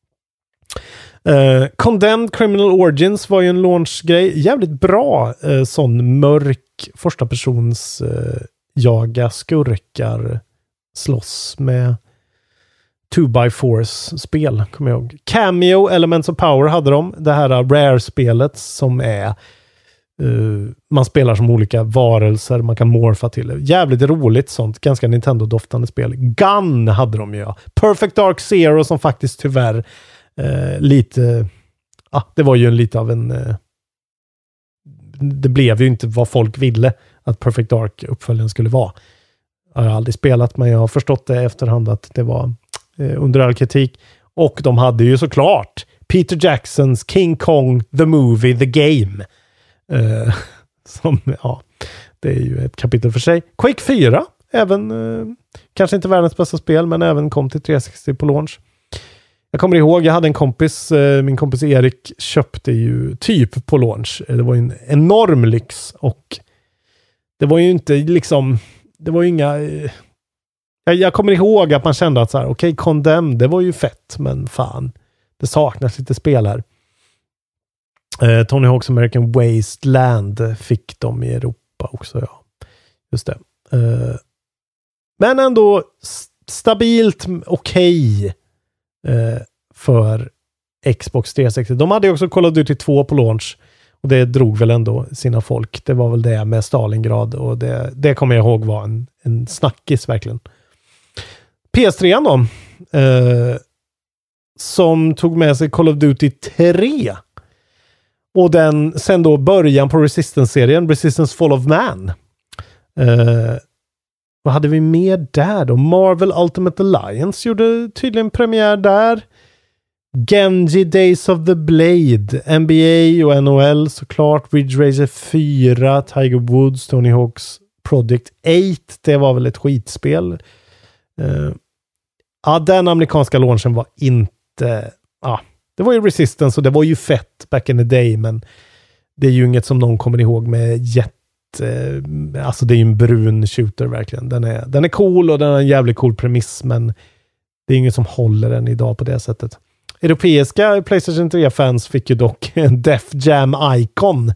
Uh, Condemned Criminal Origins var ju en launchgrej. Jävligt bra uh, sån mörk första persons uh, jaga skurkar slåss med two by fours spel, kommer jag ihåg. Cameo Elements of Power hade de. Det här Rare-spelet som är uh, man spelar som olika varelser man kan morfa till. Jävligt roligt sånt. Ganska Nintendo-doftande spel. Gun hade de ju. Ja. Perfect Dark Zero som faktiskt tyvärr uh, lite ja, ah, det var ju en lite av en uh, det blev ju inte vad folk ville att Perfect Dark uppföljaren skulle vara. Jag har aldrig spelat, men jag har förstått det efterhand att det var eh, under all kritik. Och de hade ju såklart Peter Jacksons King Kong The Movie The Game. Eh, som, ja, det är ju ett kapitel för sig. Quake fyra, även eh, kanske inte världens bästa spel, men även kom till trehundrasextio på launch. Jag kommer ihåg, jag hade en kompis, eh, min kompis Erik köpte ju typ på launch. Det var ju en enorm lyx och det var ju inte liksom det var ju inga... Jag, jag kommer ihåg att man kände att så här, okej, okay, Condemned, det var ju fett, men fan, det saknas lite spel här. Eh, Tony Hawk's American Wasteland fick de i Europa också, ja. Just det. Eh, men ändå stabilt okej okay, eh, för Xbox tre sextio. De hade ju också Call of Duty två på launch. Och det drog väl ändå sina folk. Det var väl det med Stalingrad. Och det, det kommer jag ihåg var en, en snackis verkligen. P S tre då. Eh, som tog med sig Call of Duty tre. Och den sen då början på Resistance-serien. Resistance Fall of Man. Eh, vad hade vi mer där då? Marvel Ultimate Alliance gjorde tydligen premiär där. Genji Days of the Blade, N B A och N H L såklart, Ridge Racer fyra, Tiger Woods, Tony Hawk's Project åtta, det var väl ett skitspel. Uh, ja, den amerikanska launchen var inte, ja, det var ju Resistance och det var ju fett back in the day, men det är ju inget som någon kommer ihåg med jätte, alltså det är ju en brun shooter verkligen. Den är, den är cool och den har en jävligt cool premiss, men det är inget som håller den idag på det sättet. Europeiska PlayStation tre-fans fick ju dock en Def Jam Icon.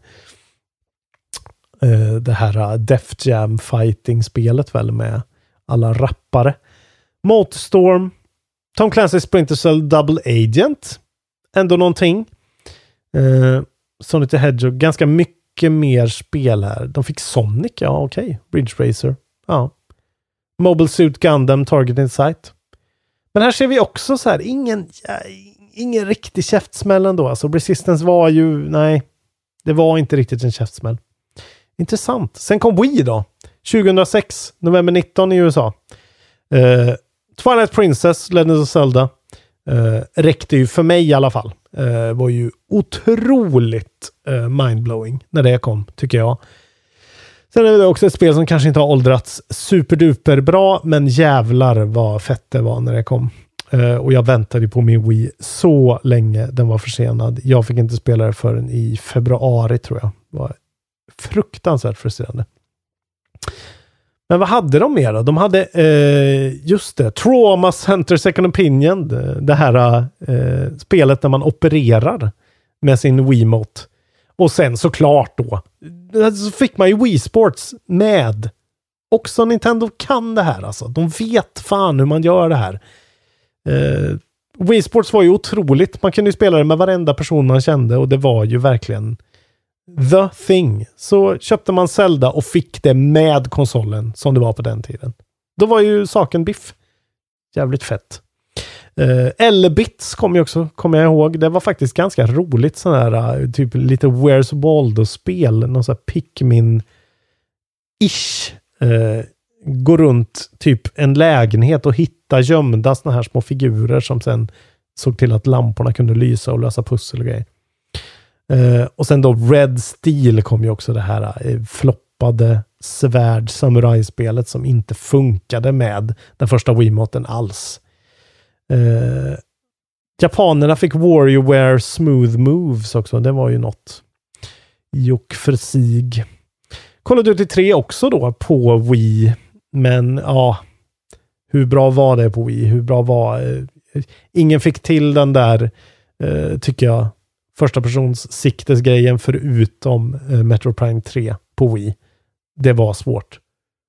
Uh, det här Def Jam fighting-spelet väl med alla rappare. Motorstorm. Tom Clancy's Splinter Cell Double Agent. Ändå någonting. Uh, Sonic the Hedgehog. Ganska mycket mer spel här. De fick Sonic, ja okej. Okay. Bridge Racer. Ja. Mobile Suit Gundam Target Insight. Men här ser vi också så här, ingen, ja, ingen riktig käftsmäll ändå. Alltså Resistance var ju, nej, det var inte riktigt en käftsmäll. Intressant. Sen kom Wii då. tjugohundrasex, november nittonde i U S A. Uh, Twilight Princess, Legend of Zelda. Uh, räckte ju för mig i alla fall. Uh, var ju otroligt uh, mindblowing när det kom, tycker jag. Sen är det också ett spel som kanske inte har åldrats superduper bra, men jävlar vad fett det var när det kom. Uh, och jag väntade på min Wii så länge den var försenad. Jag fick inte spela det förrän i februari tror jag. Det var fruktansvärt frustrerande. Men vad hade de mer då? De hade, uh, just det, Trauma Center Second Opinion. Det, det här uh, spelet där man opererar med sin Wiimote. Och sen såklart då så fick man ju Wii Sports med. Också Nintendo kan det här alltså. De vet fan hur man gör det här. Uh, Wii Sports var ju otroligt. Man kunde ju spela det med varenda person man kände. Och det var ju verkligen the thing. Så köpte man Zelda och fick det med konsolen som det var på den tiden. Då var ju saken biff. Jävligt fett. Uh, L-Bits kom ju också, kommer jag ihåg. Det var faktiskt ganska roligt sån här uh, typ lite Where's Waldo-spel. Någon sån här Pikmin-ish. Uh, gå runt typ en lägenhet och hitta gömda såna här små figurer som sen såg till att lamporna kunde lysa och lösa pussel och grejer. Uh, och sen då Red Steel kom ju också, det här uh, floppade svärd samurai-spelet som inte funkade med den första Wiimoten alls. Uh, japanerna fick WarioWare Smooth Moves också. Det var ju något jock för sig. Call of Duty tre också då på Wii. Men ja, hur bra var det på Wii? Hur bra var... Uh, ingen fick till den där, uh, tycker jag, första persons siktesgrejen förutom uh, Metro Prime tre på Wii. Det var svårt.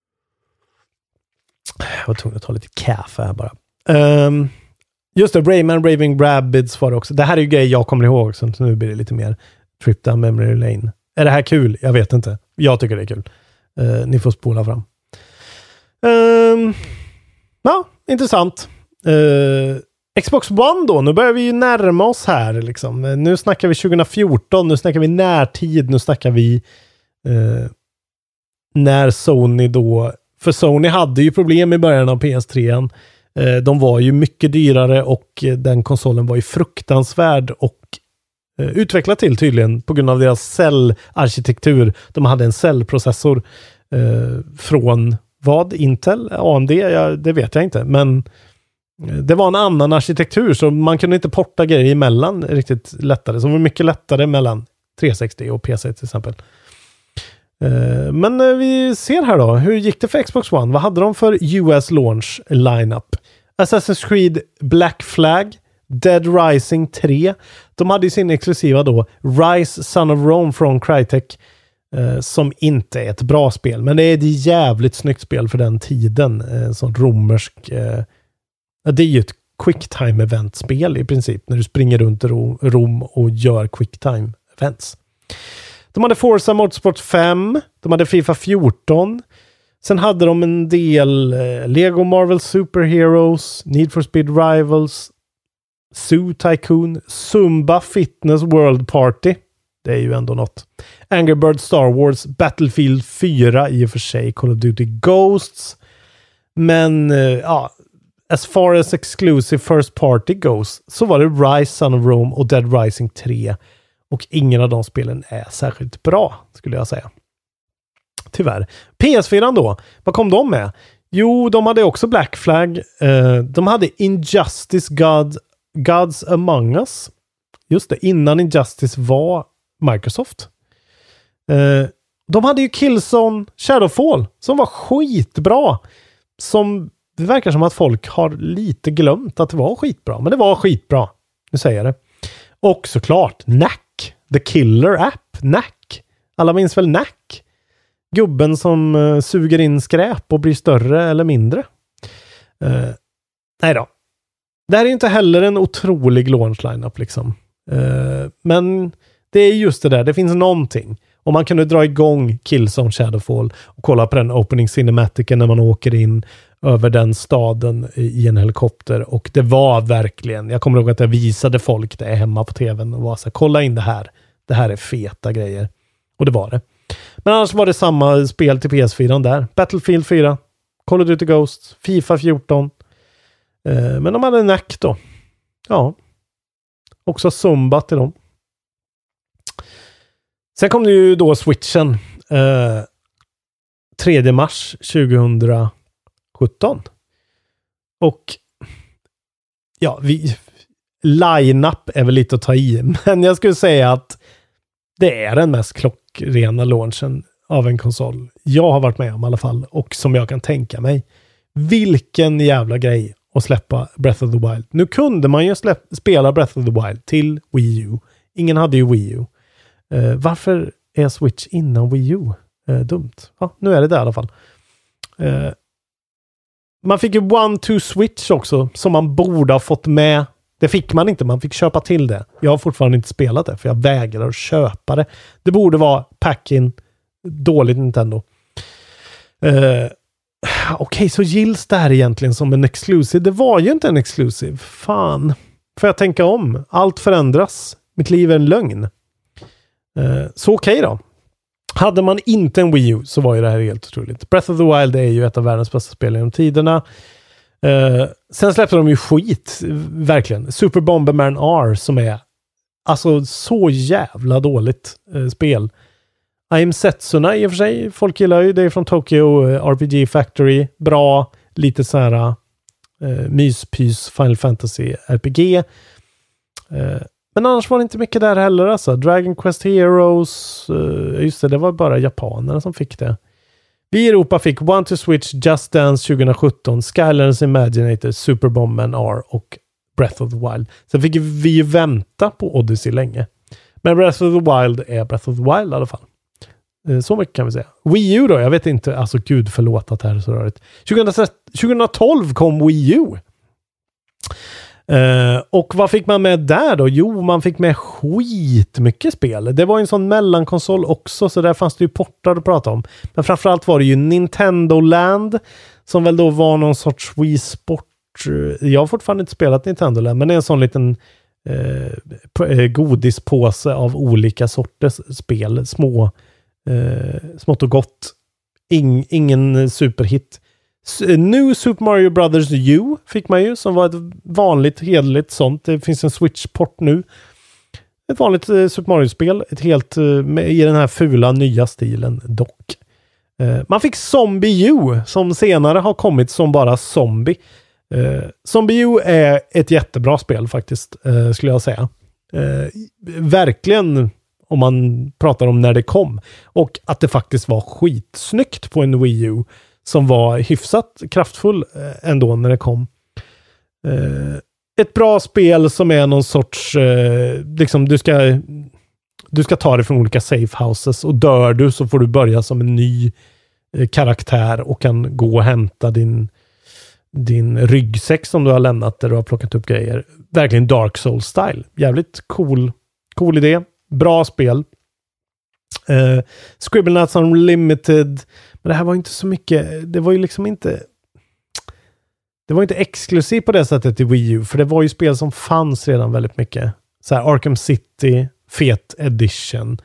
Jag var tvungen att ta lite kaffe här bara. Um, Just det, Rayman Raving Rabbids var det också. Det här är ju grejer jag kommer ihåg, så nu blir det lite mer Trip Down Memory Lane. Är det här kul? Jag vet inte. Jag tycker det är kul. Uh, ni får spola fram. Um, ja, intressant. Uh, Xbox One då, nu börjar vi ju närma oss här liksom. Nu snackar vi tjugo fjorton, nu snackar vi närtid, nu snackar vi uh, när Sony då, för Sony hade ju problem i början av P S tre. De var ju mycket dyrare och den konsolen var ju fruktansvärd och eh, utvecklad till tydligen på grund av deras cellarkitektur. De hade en cellprocessor eh, från vad? Intel? A M D? Ja, det vet jag inte. Men det var en annan arkitektur så man kunde inte porta grejer emellan riktigt lättare. Så det var mycket lättare mellan trehundrasextio och P C till exempel. Uh, men uh, vi ser här då, hur gick det för Xbox One? Vad hade de för U S launch lineup? Assassin's Creed Black Flag, Dead Rising tre. De hade ju sin exklusiva då, Rise Son of Rome från Crytek, uh, som inte är ett bra spel, men det är ett jävligt snyggt spel för den tiden. Uh, sån romersk... Uh, det är ju ett quicktime event-spel i princip, när du springer runt i Rom och gör quicktime events. De hade Forza Motorsport fem, de hade FIFA fjorton, sen hade de en del eh, Lego Marvel Super Heroes, Need for Speed Rivals, Zoo Tycoon, Zumba Fitness World Party, det är ju ändå något. Angry Birds Star Wars, Battlefield fyra, i och för sig Call of Duty Ghosts, men eh, ja, as far as exclusive first party goes så var det Rise Son of Rome och Dead Rising tre. Och ingen av de spelen är särskilt bra, skulle jag säga. Tyvärr. P S fyra då, vad kom de med? Jo, de hade också Black Flag. Uh, de hade Injustice God, Gods Among Us. Just det, innan Injustice var Microsoft. Uh, de hade ju Killzone Shadowfall, som var skitbra. Som det verkar som att folk har lite glömt att det var skitbra. Men det var skitbra, nu säger jag det. Och såklart, N A C. The Killer App, N A C. Alla minns väl N A C? Gubben som uh, suger in skräp och blir större eller mindre. Uh, nej då. Det här är inte heller en otrolig launch lineup liksom. Uh, men det är just det där, det finns någonting. Om man kunde dra igång Killzone Shadowfall och kolla på den opening cinematiken när man åker in över den staden i en helikopter, och det var verkligen, jag kommer ihåg att jag visade folk det hemma på tvn och var så här, kolla in det här, det här är feta grejer, och det var det. Men annars var det samma spel till P S fyra där, Battlefield fyra, Call of Duty Ghosts, FIFA fjorton, eh, men de hade N A C då, ja, också Zumba till dem. Sen kom det ju då Switchen eh, tredje mars tjugohundrasjutton. Och ja, vi, line-up är väl lite att ta i, men jag skulle säga att det är den mest klockrena launchen av en konsol jag har varit med om i alla fall, och som jag kan tänka mig. Vilken jävla grej att släppa Breath of the Wild. Nu kunde man ju släpp, spela Breath of the Wild till Wii U. Ingen hade ju Wii U. Uh, varför är Switch innan Wii U? Uh, dumt. Ja, nu är det där i alla fall. Uh, man fick ju One Two Switch också, som man borde ha fått med. Det fick man inte, man fick köpa till det. Jag har fortfarande inte spelat det, för jag vägrar att köpa det. Det borde vara pack-in. Dåligt Nintendo. Uh, Okej, okay, så gills det här egentligen som en exclusive? Det var ju inte en exclusive. Fan. Får jag tänka om? Allt förändras. Mitt liv är en lögn. Så okej okay då. Hade man inte en Wii U så var ju det här helt otroligt. Breath of the Wild är ju ett av världens bästa spel genom tiderna. Uh, sen släppte de ju skit, verkligen. Super Bomberman R, som är alltså så jävla dåligt uh, spel. I Am Setsuna i och för sig, folk gillar ju det, från Tokyo uh, R P G Factory. Bra, lite så här uh, myspys Final Fantasy R P G. Uh, Men annars var det inte mycket där heller alltså. Dragon Quest Heroes, uh, just det, det var bara japanerna som fick det. Vi i Europa fick One to Switch, Just Dance tjugosjutton, Skylanders Imaginator, Super Bomberman R och Breath of the Wild. Sen fick vi ju vänta på Odyssey länge. Men Breath of the Wild är Breath of the Wild i alla fall. Uh, så mycket kan vi säga. Wii U då, jag vet inte, alltså gud förlåt att det här är så rörigt. tjugohundratolv kom Wii U. Uh, och vad fick man med där då? Jo, man fick med skitmycket spel. Det var ju en sån mellankonsol också, så där fanns det ju portar att prata om. Men framförallt var det ju Nintendo Land, som väl då var någon sorts Wii Sport. Jag har fortfarande inte spelat Nintendo Land, men det är en sån liten uh, godispåse av olika sorters spel. Små, uh, smått och gott. In, ingen superhit. New Super Mario Brothers U fick man ju, som var ett vanligt hederligt sånt. Det finns en Switch-port nu. Ett vanligt uh, Super Mario-spel. Ett helt uh, med, i den här fula nya stilen dock. Uh, man fick Zombie U, som senare har kommit som bara Zombie. Uh, Zombie U är ett jättebra spel faktiskt, uh, skulle jag säga. Uh, verkligen, om man pratar om när det kom. Och att det faktiskt var skitsnyggt på en Wii U som var hyfsat kraftfull ändå när det kom. Eh, ett bra spel som är någon sorts eh, liksom du ska du ska ta det från olika safe houses och dör du så får du börja som en ny eh, karaktär och kan gå och hämta din din ryggsäck som du har lämnat där du har plockat upp grejer. Verkligen Dark Souls style. Jävligt cool cool idé. Bra spel. Eh, Scribblenauts Unlimited. Men det här var inte så mycket. Det var ju liksom inte det var inte exklusivt på det sättet i Wii U. För det var ju spel som fanns redan väldigt mycket. Så här Arkham City, fet edition.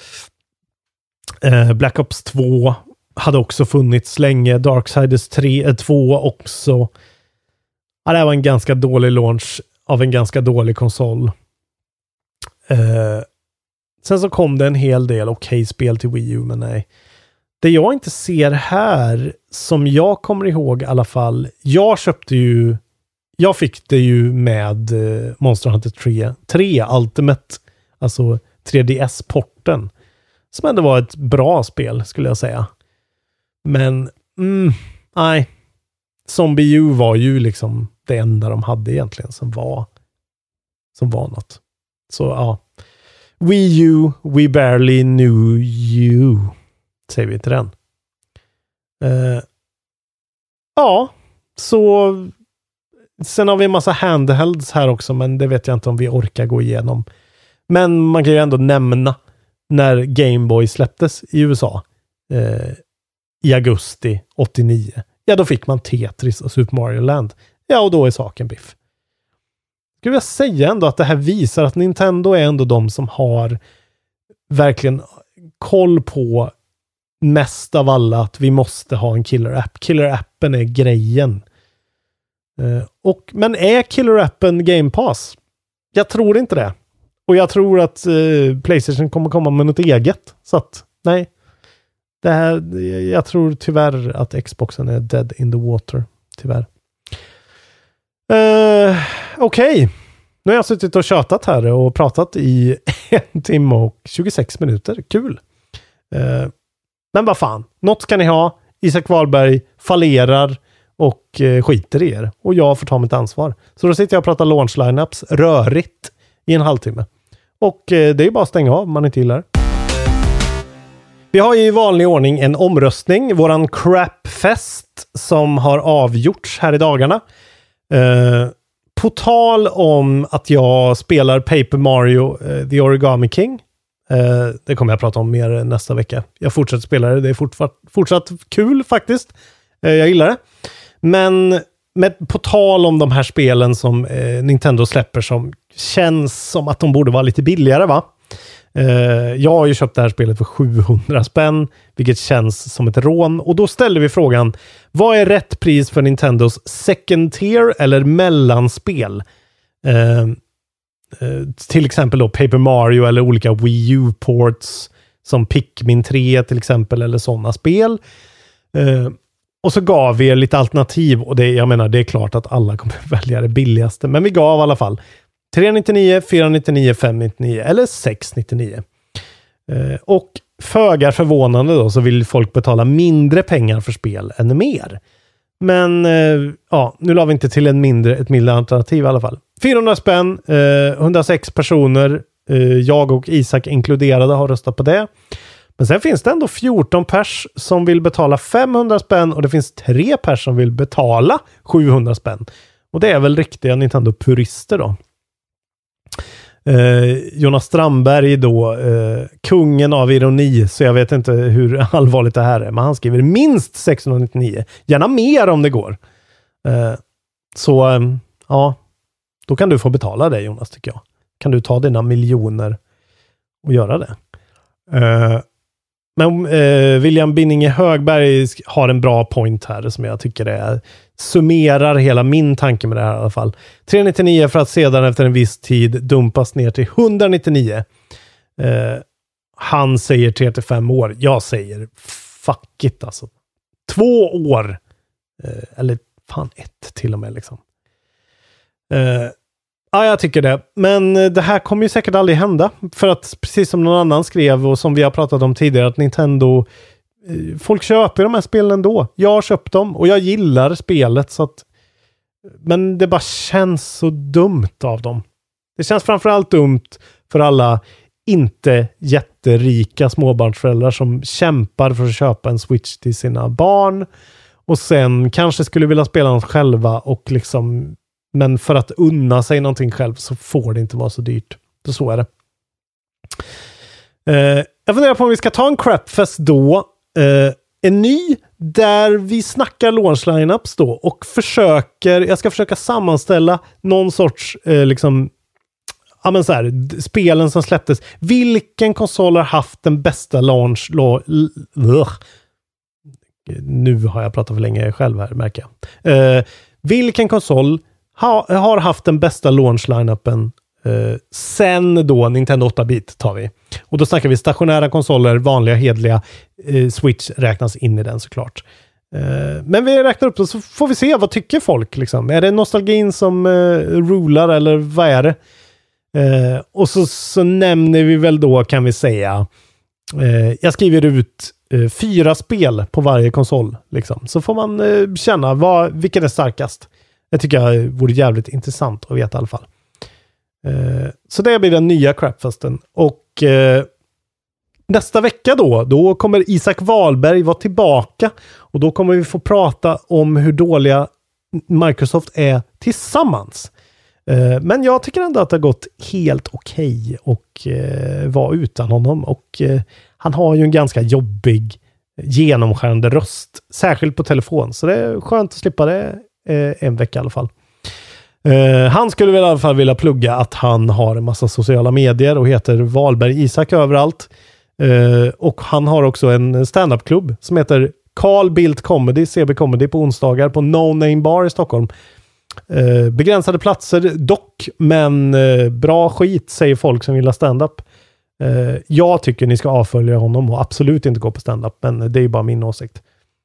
Eh, Black Ops två hade också funnits länge. Darksiders tre, två också. Ja, det här var en ganska dålig launch av en ganska dålig konsol. Eh, sen så kom det en hel del okej okay spel till Wii U, men nej. Det jag inte ser här, som jag kommer ihåg i alla fall, jag köpte ju, jag fick det ju med eh, Monster Hunter tre, tre Ultimate, alltså tre D S-porten, som ändå var ett bra spel skulle jag säga. Men, mm, nej. Zombie U var ju liksom det enda de hade egentligen som var som var något. Så ja. Wii U, we barely knew you. Säger vi till den. Uh, ja, så sen har vi en massa handhelds här också, men det vet jag inte om vi orkar gå igenom. Men man kan ju ändå nämna när Game Boy släpptes i U S A uh, i augusti åttionio. Ja, då fick man Tetris och Super Mario Land. Ja, och då är saken biff. Skulle jag säga ändå att det här visar att Nintendo är ändå de som har verkligen koll på mest av alla att vi måste ha en killer-app. Killer-appen är grejen. Uh, och, men är killer-appen Game Pass? Jag tror inte det. Och jag tror att uh, PlayStation kommer komma med något eget. Så att, nej. Det här, jag tror tyvärr att Xboxen är dead in the water. Tyvärr. Uh, Okej. Okay. Nu har jag suttit och tjötat här och pratat i en timme och tjugosex minuter. Kul. Uh, men vad fan. Något ska ni ha. Isak Wahlberg fallerar och uh, skiter i er. Och jag får ta mitt ansvar. Så då sitter jag och pratar launch lineups rörigt i en halvtimme. Och uh, det är bara att stänga av om man inte gillar. Vi har ju i vanlig ordning en omröstning. Våran crapfest som har avgjorts här i dagarna. Uh, på tal om att jag spelar Paper Mario uh, The Origami King. Uh, det kommer jag prata om mer nästa vecka. Jag fortsätter spela det. Det är fortsatt, fortsatt kul faktiskt. Uh, jag gillar det. Men med, på tal om de här spelen som uh, Nintendo släpper som känns som att de borde vara lite billigare, va? Uh, jag har ju köpt det här spelet för sjuhundra spänn, vilket känns som ett rån. Och då ställer vi frågan, vad är rätt pris för Nintendos second tier eller mellanspel? Uh, uh, till exempel då Paper Mario eller olika Wii U-ports som Pikmin tre till exempel, eller sådana spel. Uh, och så gav vi er lite alternativ, och det, jag menar, det är klart att alla kommer välja det billigaste, men vi gav i alla fall tre nittionio, fyra nittionio, fem nittionio eller sex nittionio. Eh, och föga förvånande då så vill folk betala mindre pengar för spel än mer. Men eh, ja, nu la vi inte till en mindre, ett mindre alternativ i alla fall. fyrahundra spänn, eh, hundrasex personer, eh, jag och Isak inkluderade har röstat på det. Men sen finns det ändå fjorton pers som vill betala femhundra spänn och det finns tre pers som vill betala sjuhundra spänn. Och det är väl riktiga Nintendo-purister då. Eh, Jonas Strandberg då, eh, kungen av ironi, så jag vet inte hur allvarligt det här är, men han skriver minst sexhundranittionio, gärna mer om det går. Eh, så eh, ja, då kan du få betala det, Jonas, tycker jag. Kan du ta dina miljoner och göra det. Eh, men eh, William Binninge Högberg har en bra point här som jag tycker är summerar hela min tanke med det här i alla fall. tre nittionio för att sedan efter en viss tid dumpas ner till etthundranittionio. Eh, han säger tre till fem år. Jag säger fuck it alltså. Två år. Eh, eller fan ett till och med liksom. Eh, Ja, jag tycker det. Men det här kommer ju säkert aldrig hända. För att precis som någon annan skrev och som vi har pratat om tidigare, att Nintendo, folk köper de här spelen ändå. Jag har köpt dem och jag gillar spelet. Så att, men det bara känns så dumt av dem. Det känns framförallt dumt för alla inte jätterika småbarnsföräldrar som kämpar för att köpa en Switch till sina barn. Och sen kanske skulle vilja spela något själva och liksom, men för att unna sig någonting själv så får det inte vara så dyrt. Så så är det. Eh, jag funderar på om vi ska ta en crapfest då. Eh, en ny där vi snackar launch lineups då och försöker, jag ska försöka sammanställa någon sorts eh, liksom, ja men så här, spelen som släpptes. Vilken konsol har haft den bästa launch lo, l, l, nu har jag pratat för länge själv här, märker jag. Eh, vilken konsol ha, har haft den bästa launch-lineupen eh, sen då Nintendo åtta-bit tar vi. Och då snackar vi stationära konsoler, vanliga, hedliga. Eh, Switch räknas in i den såklart. Eh, men vi räknar upp det så får vi se, vad tycker folk liksom? Är det nostalgin som eh, rular eller vad är det? Eh, och så, så nämner vi väl då, kan vi säga, eh, jag skriver ut Uh, fyra spel på varje konsol liksom. Så får man uh, känna vad, vilket är starkast. Det tycker jag vore jävligt intressant att veta i alla fall. Uh, så det blir den nya crapfesten. Och uh, nästa vecka då, då kommer Isak Wahlberg vara tillbaka. Och då kommer vi få prata om hur dåliga Microsoft är tillsammans. Uh, men jag tycker ändå att det har gått helt okej okay och uh, vara utan honom. Och uh, han har ju en ganska jobbig, genomskärande röst. Särskilt på telefon. Så det är skönt att slippa det eh, en vecka i alla fall. Eh, han skulle väl i alla fall vilja plugga att han har en massa sociala medier och heter Wahlberg Isak överallt. Eh, och han har också en stand-up-klubb som heter Carl Bildt Comedy, C B Comedy på onsdagar på No Name Bar i Stockholm. Eh, begränsade platser dock, men eh, bra skit säger folk som gillar stand-up. Uh, jag tycker ni ska avfölja honom och absolut inte gå på stand-up, men det är ju bara min åsikt.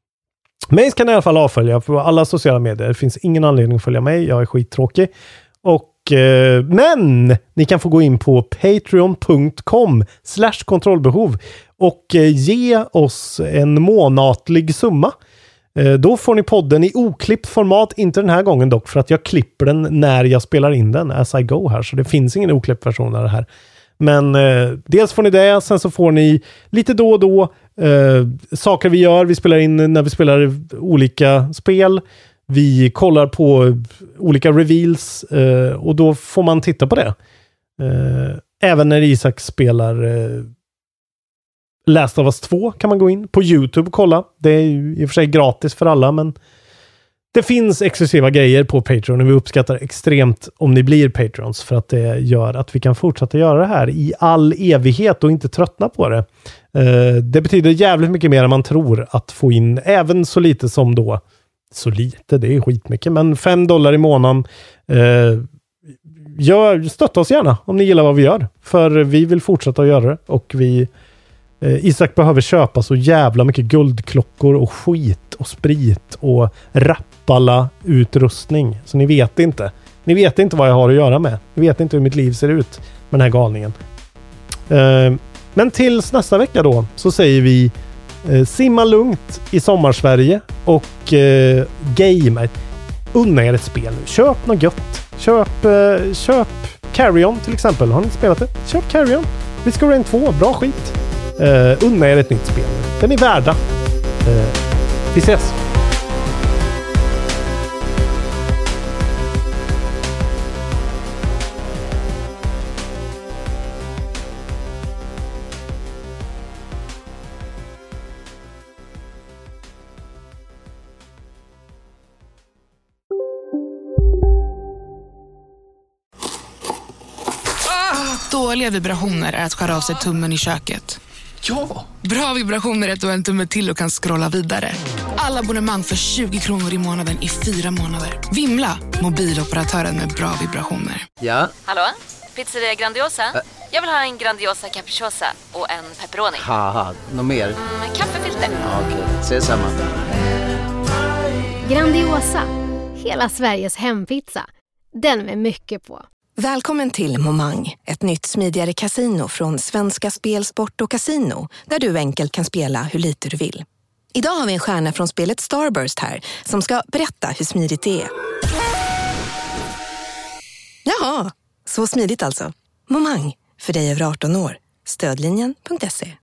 Mig ska ni i alla fall avfölja på alla sociala medier. Det finns ingen anledning att följa mig, jag är skittråkig. Och, uh, men ni kan få gå in på patreon punkt com slash kontrollbehov och uh, ge oss en månatlig summa. Uh, då får ni podden i oklippt format, inte den här gången dock, för att jag klipper den när jag spelar in den as I go här, så det finns ingen oklippt version av det här. Men eh, dels får ni det, sen så får ni lite då och då eh, saker vi gör. Vi spelar in när vi spelar olika spel. Vi kollar på olika reveals eh, och då får man titta på det. Eh, även när Isak spelar eh, Last of Us två kan man gå in på YouTube och kolla. Det är ju i och för sig gratis för alla, men det finns exklusiva grejer på Patreon och vi uppskattar extremt om ni blir Patrons, för att det gör att vi kan fortsätta göra det här i all evighet och inte tröttna på det. Uh, det betyder jävligt mycket mer än man tror att få in även så lite som då, så lite, det är skitmycket, men fem dollar i månaden. Uh, gör, stötta oss gärna om ni gillar vad vi gör, för vi vill fortsätta att göra det och vi uh, Isak behöver köpa så jävla mycket guldklockor och skit och sprit och rappala utrustning. Så ni vet inte. Ni vet inte vad jag har att göra med. Ni vet inte hur mitt liv ser ut med den här galningen. Uh, men tills nästa vecka då så säger vi uh, simma lugnt i sommarsverige och uh, game. Unna er ett spel nu. Köp något gött. Köp, uh, köp Carrion till exempel. Har ni inte spelat det? Köp Carrion. Risk of Rain två. Bra skit. Uh, unna er ett nytt spel. Den är värda. Uh, vi ses. Dåliga vibrationer är att skära av sig tummen i köket. Ja! Bra vibrationer är att du har en tumme till och kan scrolla vidare. Alla abonnemang för tjugo kronor i månaden i fyra månader. Vimla! Mobiloperatören med bra vibrationer. Ja? Hallå? Pizzeria Grandiosa? Ä Jag vill ha en Grandiosa capriciosa och en pepperoni. Haha, något mer? Mm, kaffefilter. Ja, okej, okay. Ses samma. Grandiosa, hela Sveriges hempizza. Den med mycket på. Välkommen till Momang, ett nytt smidigare casino från Svenska Spel, Sport och Casino, där du enkelt kan spela hur lite du vill. Idag har vi en stjärna från spelet Starburst här som ska berätta hur smidigt det är. Jaha, så smidigt alltså. Momang, för dig över arton år. Stödlinjen punkt se.